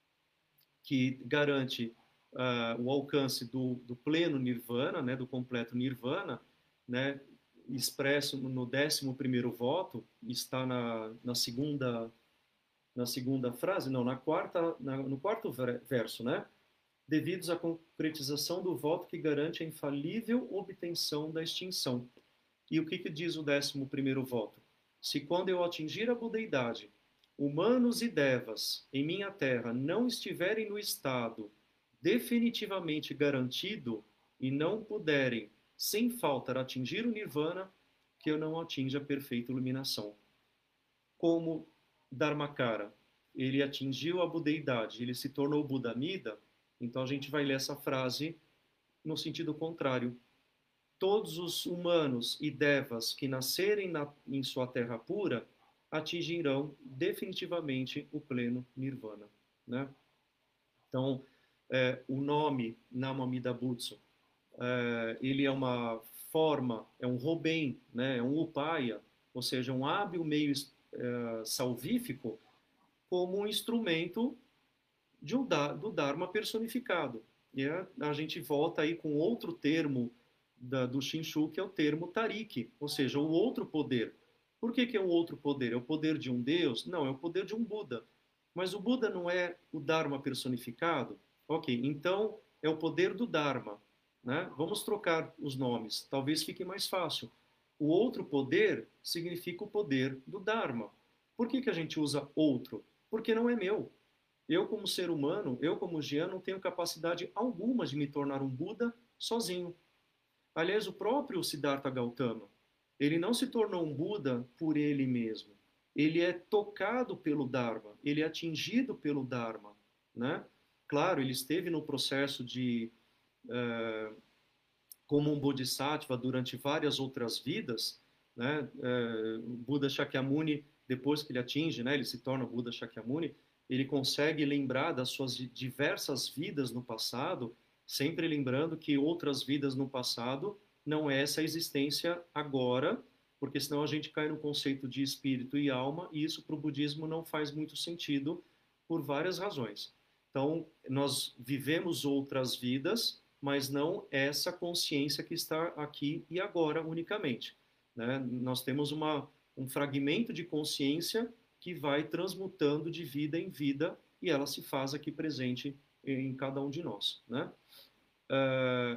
que garante o alcance do pleno nirvana, né, do completo nirvana, né, expresso no 11º voto, está na segunda frase, não, no quarto verso, né? Devidos à concretização do voto que garante a infalível obtenção da extinção. E o que diz o 11º voto? Se quando eu atingir a budeidade, humanos e devas em minha terra não estiverem no estado definitivamente garantido e não puderem, sem falta, atingir o nirvana, que eu não atinja a perfeita iluminação. Como Dharmakara, ele atingiu a budeidade, ele se tornou Buddhamida, então a gente vai ler essa frase no sentido contrário. Todos os humanos e devas que nascerem em sua terra pura atingirão definitivamente o pleno nirvana, né? Então, o nome Namamida Butsu, ele é uma forma, é um roben, né? É um upaya, ou seja, um hábil meio salvífico, como um instrumento do Dharma personificado. E a gente volta aí com outro termo do Shinshu, que é o termo Tarik, ou seja, o outro poder. Por que é um outro poder? É o poder de um Deus? Não, é o poder de um Buda. Mas o Buda não é o Dharma personificado? Ok, então é o poder do Dharma. Né? Vamos trocar os nomes, talvez fique mais fácil. O outro poder significa o poder do Dharma. Por que a gente usa outro? Porque não é meu. Eu, como ser humano, eu, como Jian, não tenho capacidade alguma de me tornar um Buda sozinho. Aliás, o próprio Siddhartha Gautama, ele não se tornou um Buda por ele mesmo. Ele é tocado pelo Dharma, ele é atingido pelo Dharma, né? Claro, ele esteve no processo de como um Bodhisattva durante várias outras vidas, né? O Buda Shakyamuni, depois que ele atinge, né, ele se torna o Buda Shakyamuni, ele consegue lembrar das suas diversas vidas no passado, sempre lembrando que outras vidas no passado não é essa existência agora, porque senão a gente cai no conceito de espírito e alma, e isso para o budismo não faz muito sentido por várias razões. Então, nós vivemos outras vidas, mas não essa consciência que está aqui e agora unicamente. Né? Nós temos um fragmento de consciência que vai transmutando de vida em vida e ela se faz aqui presente em cada um de nós. Né?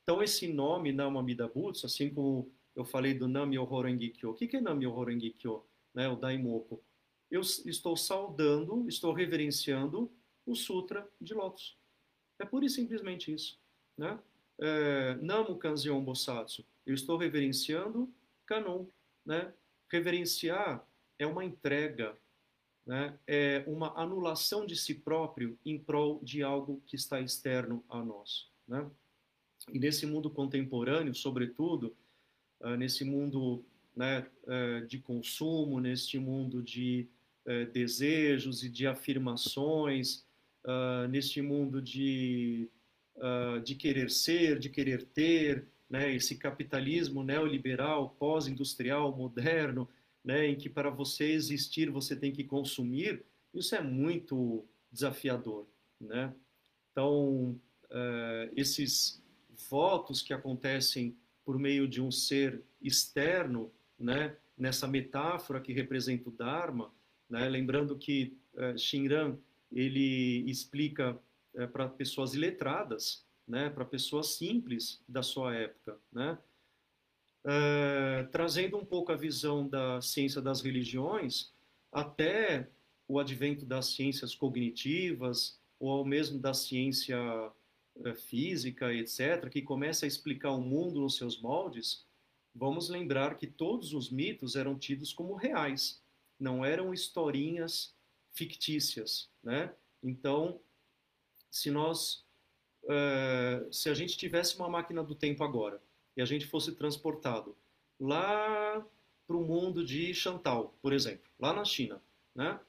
Então, esse nome Nama Amida Butsu, assim como eu falei do Nam-myoho Renge Kyo, o que é Nam-myoho Renge Kyo? Né, o Daimoku. Eu estou saudando, estou reverenciando o Sutra de Lótus. É pura e simplesmente isso. Né? Namo Kanzeon Bosatsu. Eu estou reverenciando Kanon. Né? Reverenciar é uma entrega, né? É uma anulação de si próprio em prol de algo que está externo a nós. Né? E nesse mundo contemporâneo, sobretudo, nesse mundo, né, de consumo, neste mundo de desejos e de afirmações, neste mundo de querer ser, de querer ter, né, esse capitalismo neoliberal, pós-industrial, moderno, né, em que para você existir você tem que consumir, isso é muito desafiador. Né? Então, esses votos que acontecem por meio de um ser externo, né, nessa metáfora que representa o Dharma, né, lembrando que Shinran ele explica para pessoas iletradas, né, para pessoas simples da sua época, né, trazendo um pouco a visão da ciência das religiões até o advento das ciências cognitivas ou ao mesmo da ciência física, etc., que começa a explicar o mundo nos seus moldes, vamos lembrar que todos os mitos eram tidos como reais, não eram historinhas fictícias, né? Então, se nós, se a gente tivesse uma máquina do tempo agora e a gente fosse transportado lá para o mundo de Chantal, por exemplo, lá na China, né?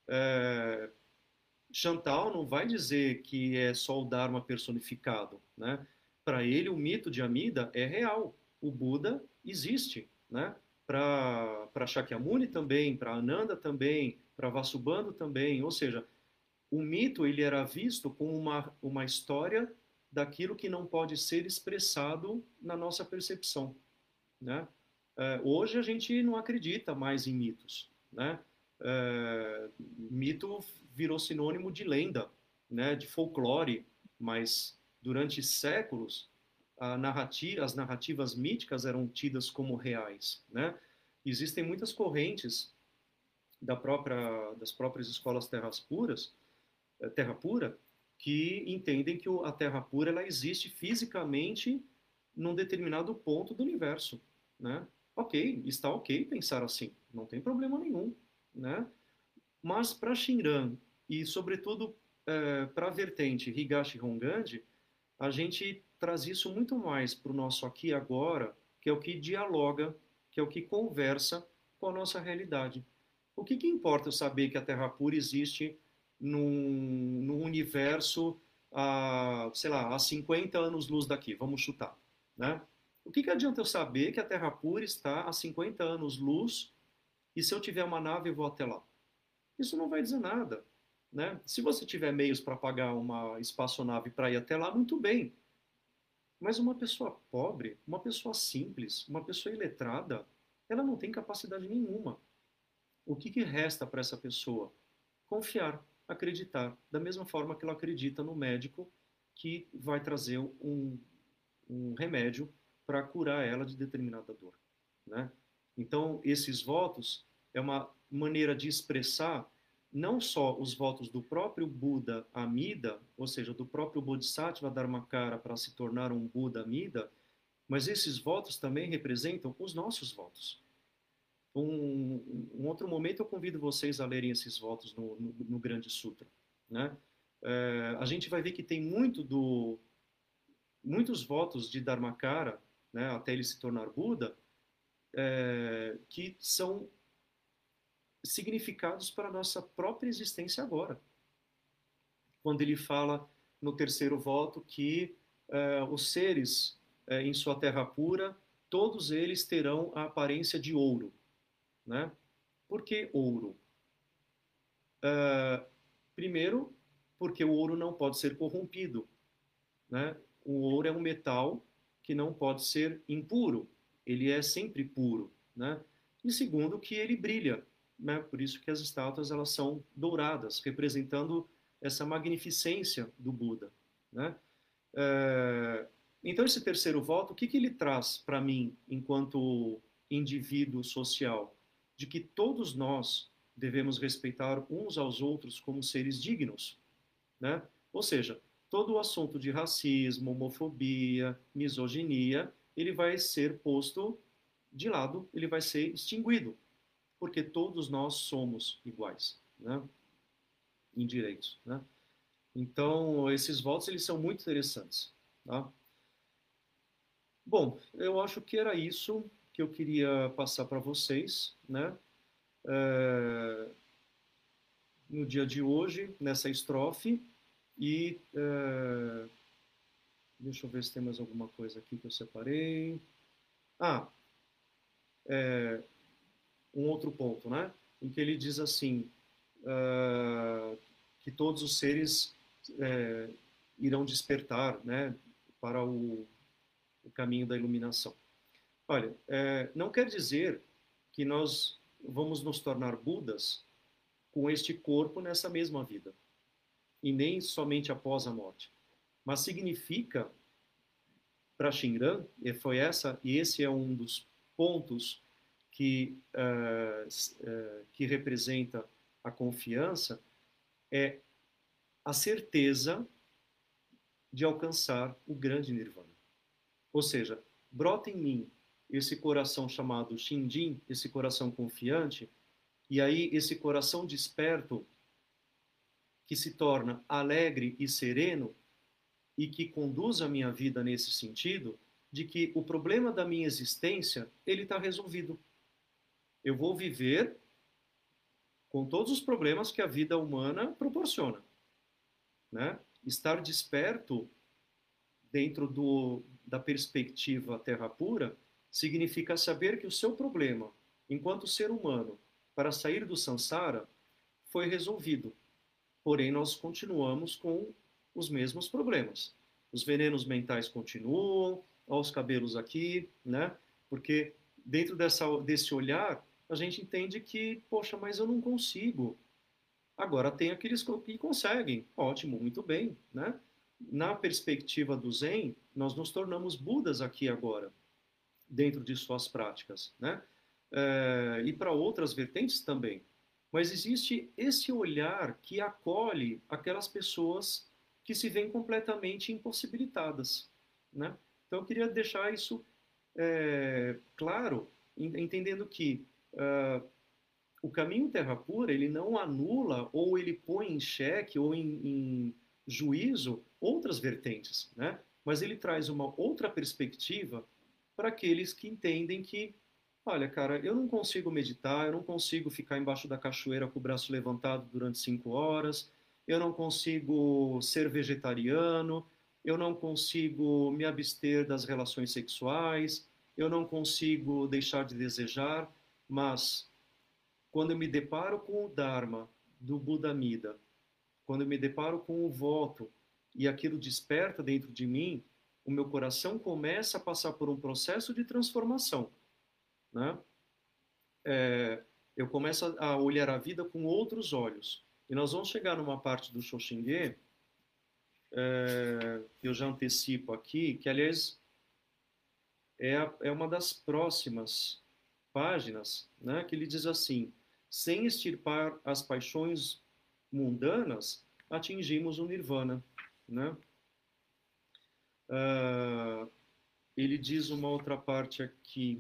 Chantal não vai dizer que é só o Dharma personificado, né? Para ele, o mito de Amida é real. O Buda existe, né? Para Shakyamuni também, para Ananda também, para Vasubandhu também. Ou seja, o mito ele era visto como uma história daquilo que não pode ser expressado na nossa percepção, né? Hoje a gente não acredita mais em mitos, né? Mito virou sinônimo de lenda, né? De folclore, mas durante séculos as narrativas míticas eram tidas como reais, né? Existem muitas correntes das próprias escolas terra pura, que entendem que a terra pura ela existe fisicamente num determinado ponto do universo, né? Ok, está ok pensar assim, não tem problema nenhum, né? Mas para Shinran e sobretudo para a vertente Higashi Honganji, a gente traz isso muito mais para o nosso aqui e agora, que é o que dialoga, que é o que conversa com a nossa realidade. O que importa eu saber que a Terra pura existe num universo sei lá, a 50 anos-luz daqui, vamos chutar, né? O que adianta eu saber que a Terra pura está a 50 anos-luz e se eu tiver uma nave eu vou até lá? Isso não vai dizer nada, né? Se você tiver meios para pagar uma espaçonave para ir até lá, muito bem. Mas uma pessoa pobre, uma pessoa simples, uma pessoa iletrada, ela não tem capacidade nenhuma. O que resta para essa pessoa? Confiar, acreditar, da mesma forma que ela acredita no médico que vai trazer um remédio para curar ela de determinada dor, né? Então, esses votos é uma maneira de expressar não só os votos do próprio Buda Amida, ou seja, do próprio Bodhisattva Dharmakara para se tornar um Buda Amida, mas esses votos também representam os nossos votos. Um outro momento eu convido vocês a lerem esses votos no Grande Sutra, né? A gente vai ver que tem muitos votos de Dharmakara, né, até ele se tornar Buda, que são significados para a nossa própria existência agora. Quando ele fala no terceiro voto que os seres em sua terra pura, todos eles terão a aparência de ouro, né? Por que ouro? Primeiro, porque o ouro não pode ser corrompido, né? O ouro é um metal que não pode ser impuro, ele é sempre puro, né? E segundo, que ele brilha, né? Por isso que as estátuas elas são douradas, representando essa magnificência do Buda, né? Então, esse terceiro voto, o que que ele traz para mim, enquanto indivíduo social? De que todos nós devemos respeitar uns aos outros como seres dignos, né? Ou seja, todo o assunto de racismo, homofobia, misoginia, ele vai ser posto de lado, ele vai ser extinguido, porque todos nós somos iguais, né? Em direitos, né? Então, esses votos, eles são muito interessantes, tá? Bom, eu acho que era isso que eu queria passar para vocês, né? É, no dia de hoje, nessa estrofe, e deixa eu ver se tem mais alguma coisa aqui que eu separei. Ah, um outro ponto, né? Em que ele diz assim, que todos os seres é, irão despertar, né, para o caminho da iluminação. Olha, não quer dizer que nós vamos nos tornar Budas com este corpo nessa mesma vida, e nem somente após a morte. Mas significa, para Shinran, e esse é um dos pontos que representa a confiança, é a certeza de alcançar o grande nirvana. Ou seja, brota em mim esse coração chamado Shinjin, esse coração confiante, e aí esse coração desperto que se torna alegre e sereno e que conduz a minha vida nesse sentido, de que o problema da minha existência, ele está resolvido. Eu vou viver com todos os problemas que a vida humana proporciona, né? Estar desperto dentro da perspectiva terra pura significa saber que o seu problema, enquanto ser humano, para sair do samsara, foi resolvido. Porém, nós continuamos com os mesmos problemas. Os venenos mentais continuam, olha os cabelos aqui, né? Porque dentro desse olhar, a gente entende que, poxa, mas eu não consigo. Agora tem aqueles que conseguem. Ótimo, muito bem, né? Na perspectiva do Zen, nós nos tornamos Budas aqui agora, dentro de suas práticas, né? E para outras vertentes também. Mas existe esse olhar que acolhe aquelas pessoas que se veem completamente impossibilitadas, né? Então eu queria deixar isso claro, entendendo que o caminho terra pura, ele não anula ou ele põe em xeque ou em juízo outras vertentes, né? Mas ele traz uma outra perspectiva para aqueles que entendem que, olha, cara, eu não consigo meditar, eu não consigo ficar embaixo da cachoeira com o braço levantado durante 5 horas, eu não consigo ser vegetariano, eu não consigo me abster das relações sexuais, eu não consigo deixar de desejar, mas quando eu me deparo com o Dharma do Buda Mida, quando eu me deparo com o voto e aquilo desperta dentro de mim, o meu coração começa a passar por um processo de transformação, né? Eu começo a olhar a vida com outros olhos. E nós vamos chegar numa parte do Shoshinge, que eu já antecipo aqui, que aliás é uma das próximas páginas, né, que ele diz assim: sem extirpar as paixões mundanas, atingimos o nirvana, né? Ele diz uma outra parte aqui: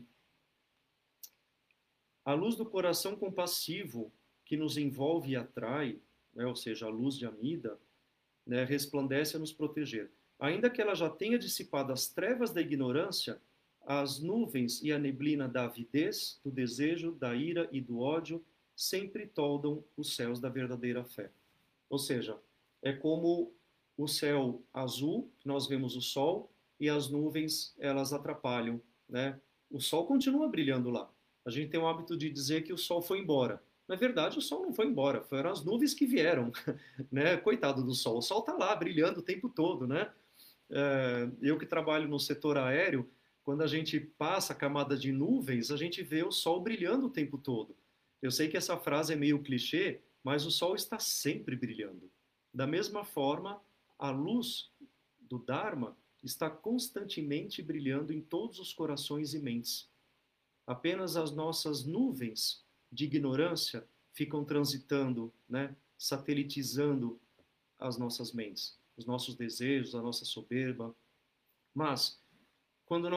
a luz do coração compassivo que nos envolve e atrai, né, ou seja, a luz de Amida, né, resplandece a nos proteger. Ainda que ela já tenha dissipado as trevas da ignorância, as nuvens e a neblina da avidez, do desejo, da ira e do ódio sempre toldam os céus da verdadeira fé. Ou seja, é como o céu azul, nós vemos o sol, e as nuvens, elas atrapalham, né? O sol continua brilhando lá. A gente tem o hábito de dizer que o sol foi embora. Na verdade, o sol não foi embora, foram as nuvens que vieram, né? Coitado do sol, o sol está lá brilhando o tempo todo, né? Eu que trabalho no setor aéreo, quando a gente passa a camada de nuvens, a gente vê o sol brilhando o tempo todo. Eu sei que essa frase é meio clichê, mas o sol está sempre brilhando. Da mesma forma, a luz do Dharma está constantemente brilhando em todos os corações e mentes. Apenas as nossas nuvens de ignorância ficam transitando, né, satelitizando as nossas mentes, os nossos desejos, a nossa soberba. Mas, quando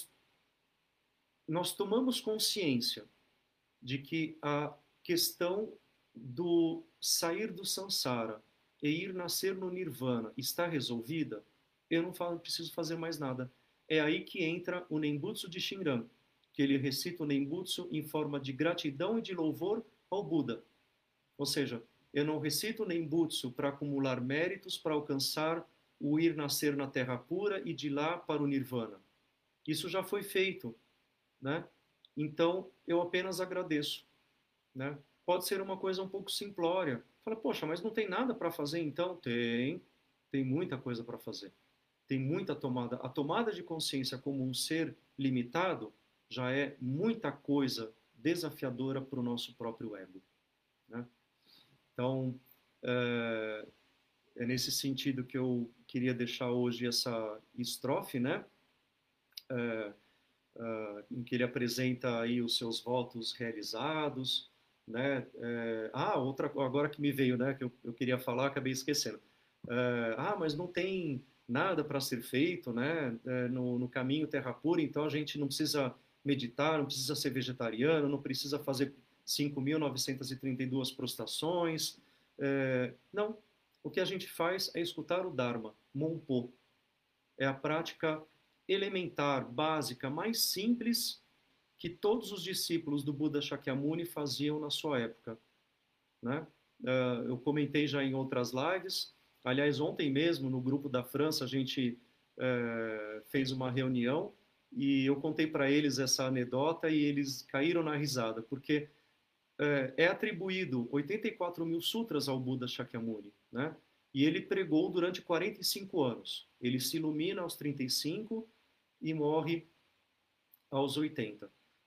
nós tomamos consciência de que a questão do sair do samsara e ir nascer no nirvana está resolvida, eu não preciso fazer mais nada. É aí que entra o Nembutsu de Shinran, que ele recita o Nembutsu em forma de gratidão e de louvor ao Buda. Ou seja, eu não recito o Nembutsu para acumular méritos, para alcançar o ir nascer na terra pura e de lá para o nirvana. Isso já foi feito, né? Então, eu apenas agradeço, né? Pode ser uma coisa um pouco simplória. Fala, poxa, mas não tem nada para fazer então? Tem muita coisa para fazer. Tem muita tomada. A tomada de consciência como um ser limitado já é muita coisa desafiadora para o nosso próprio ego, né? Então, é nesse sentido que eu queria deixar hoje essa estrofe, né? Em que ele apresenta aí os seus votos realizados, né? Outra agora que me veio, né? Que eu queria falar, acabei esquecendo. Mas não tem nada para ser feito, né? No caminho terra pura, então a gente não precisa meditar, não precisa ser vegetariano, não precisa fazer 5.932 prostrações. Não. O que a gente faz é escutar o Dharma, Monpo. É a prática elementar, básica, mais simples que todos os discípulos do Buda Shakyamuni faziam na sua época, né? Eu comentei já em outras lives. Aliás, ontem mesmo, no grupo da França, a gente fez uma reunião e eu contei para eles essa anedota e eles caíram na risada, porque é atribuído 84 mil sutras ao Buda Shakyamuni, né? E ele pregou durante 45 anos. Ele se ilumina aos 35 e morre aos 80.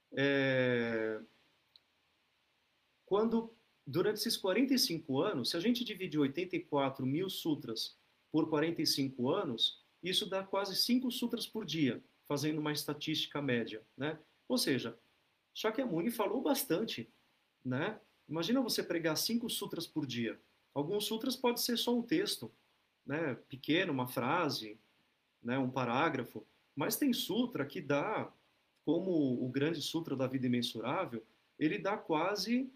Durante esses 45 anos, se a gente dividir 84 mil sutras por 45 anos, isso dá quase 5 sutras por dia, fazendo uma estatística média, né? Ou seja, Shakyamuni falou bastante, né? Imagina você pregar 5 sutras por dia. Alguns sutras pode ser só um texto, né? Pequeno, uma frase, né? Um parágrafo. Mas tem sutra que dá, como o grande sutra da vida imensurável, ele dá quase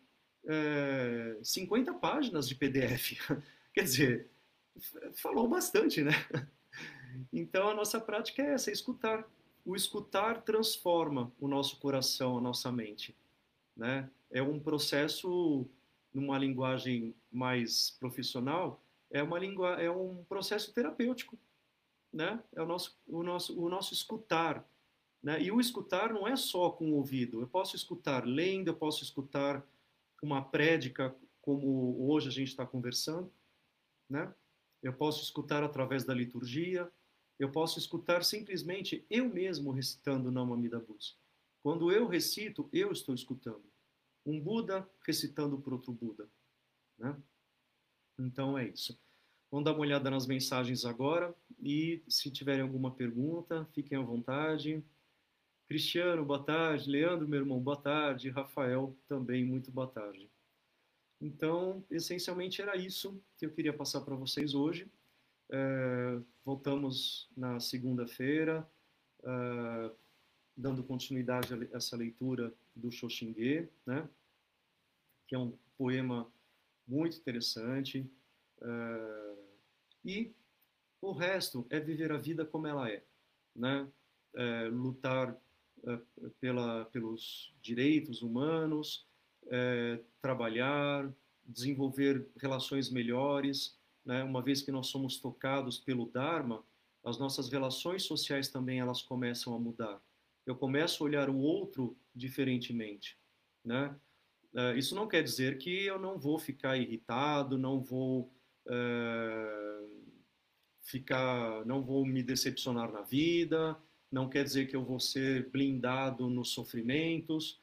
50 páginas de PDF. Quer dizer, falou bastante, né? Então a nossa prática é essa, é escutar. O escutar transforma o nosso coração, a nossa mente, né? É um processo, numa linguagem mais profissional, é um processo terapêutico, né? É o nosso escutar, né? E o escutar não é só com o ouvido. Eu posso escutar lendo, eu posso escutar uma prédica, como hoje a gente está conversando, né? Eu posso escutar através da liturgia, eu posso escutar simplesmente eu mesmo recitando Nama Amida Butsu. Quando eu recito, eu estou escutando. Um Buda recitando por outro Buda, né? Então é isso. Vamos dar uma olhada nas mensagens agora e se tiverem alguma pergunta, fiquem à vontade. Cristiano, boa tarde. Leandro, meu irmão, boa tarde. Rafael, também, muito boa tarde. Então, essencialmente era isso que eu queria passar para vocês hoje. Voltamos na segunda-feira, dando continuidade a essa leitura do Shoshinge, né? Que é um poema muito interessante. E o resto é viver a vida como ela é, né? Lutar pelos direitos humanos, trabalhar, desenvolver relações melhores, né? Uma vez que nós somos tocados pelo Dharma, as nossas relações sociais também elas começam a mudar. Eu começo a olhar o outro diferentemente, né? Isso não quer dizer que eu não vou ficar irritado, não vou não vou me decepcionar na vida, não quer dizer que eu vou ser blindado nos sofrimentos.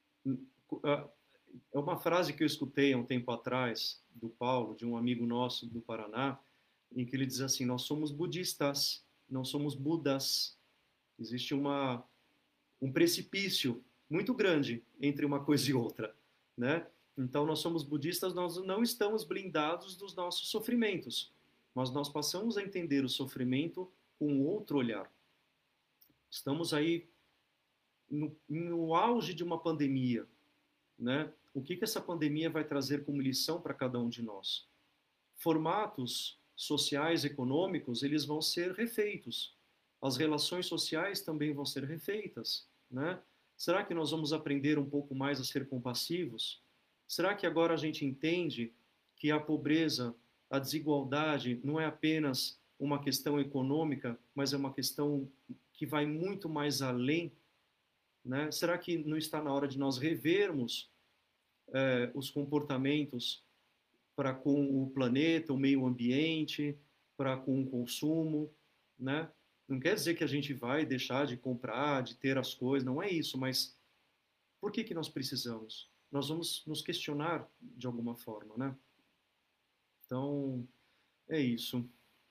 É uma frase que eu escutei há um tempo atrás do Paulo, de um amigo nosso do Paraná, em que ele diz assim: nós somos budistas, não somos Budas. Existe um precipício muito grande entre uma coisa e outra, né? Então, nós somos budistas, nós não estamos blindados dos nossos sofrimentos, mas nós passamos a entender o sofrimento com outro olhar. Estamos aí no auge de uma pandemia, né? O que essa pandemia vai trazer como lição para cada um de nós? Formatos sociais, econômicos, eles vão ser refeitos. As relações sociais também vão ser refeitas, né? Será que nós vamos aprender um pouco mais a ser compassivos? Será que agora a gente entende que a pobreza, a desigualdade não é apenas uma questão econômica, mas é uma questão que vai muito mais além, né? Será que não está na hora de nós revermos os comportamentos para com o planeta, o meio ambiente, para com o consumo, né? Não quer dizer que a gente vai deixar de comprar, de ter as coisas, não é isso, mas por que nós precisamos? Nós vamos nos questionar de alguma forma, né? Então, é isso.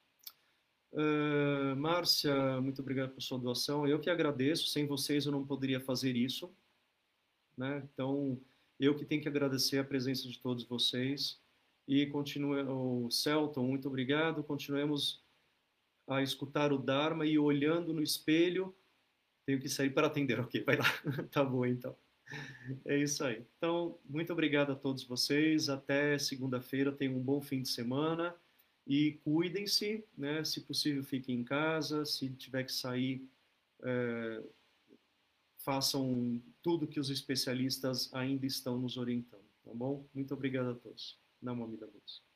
Márcia, muito obrigado por sua doação. Eu que agradeço, sem vocês eu não poderia fazer isso, né? Então, eu que tenho que agradecer a presença de todos vocês. E continue, o Celton, muito obrigado. Continuemos a escutar o Dharma e olhando no espelho. Tenho que sair para atender, ok, vai lá. Tá bom, então. É isso aí. Então, muito obrigado a todos vocês. Até segunda-feira. Tenham um bom fim de semana. E cuidem-se, né? Se possível, fiquem em casa. Se tiver que sair, façam tudo que os especialistas ainda estão nos orientando, tá bom? Muito obrigado a todos. Namo Amida Butsu.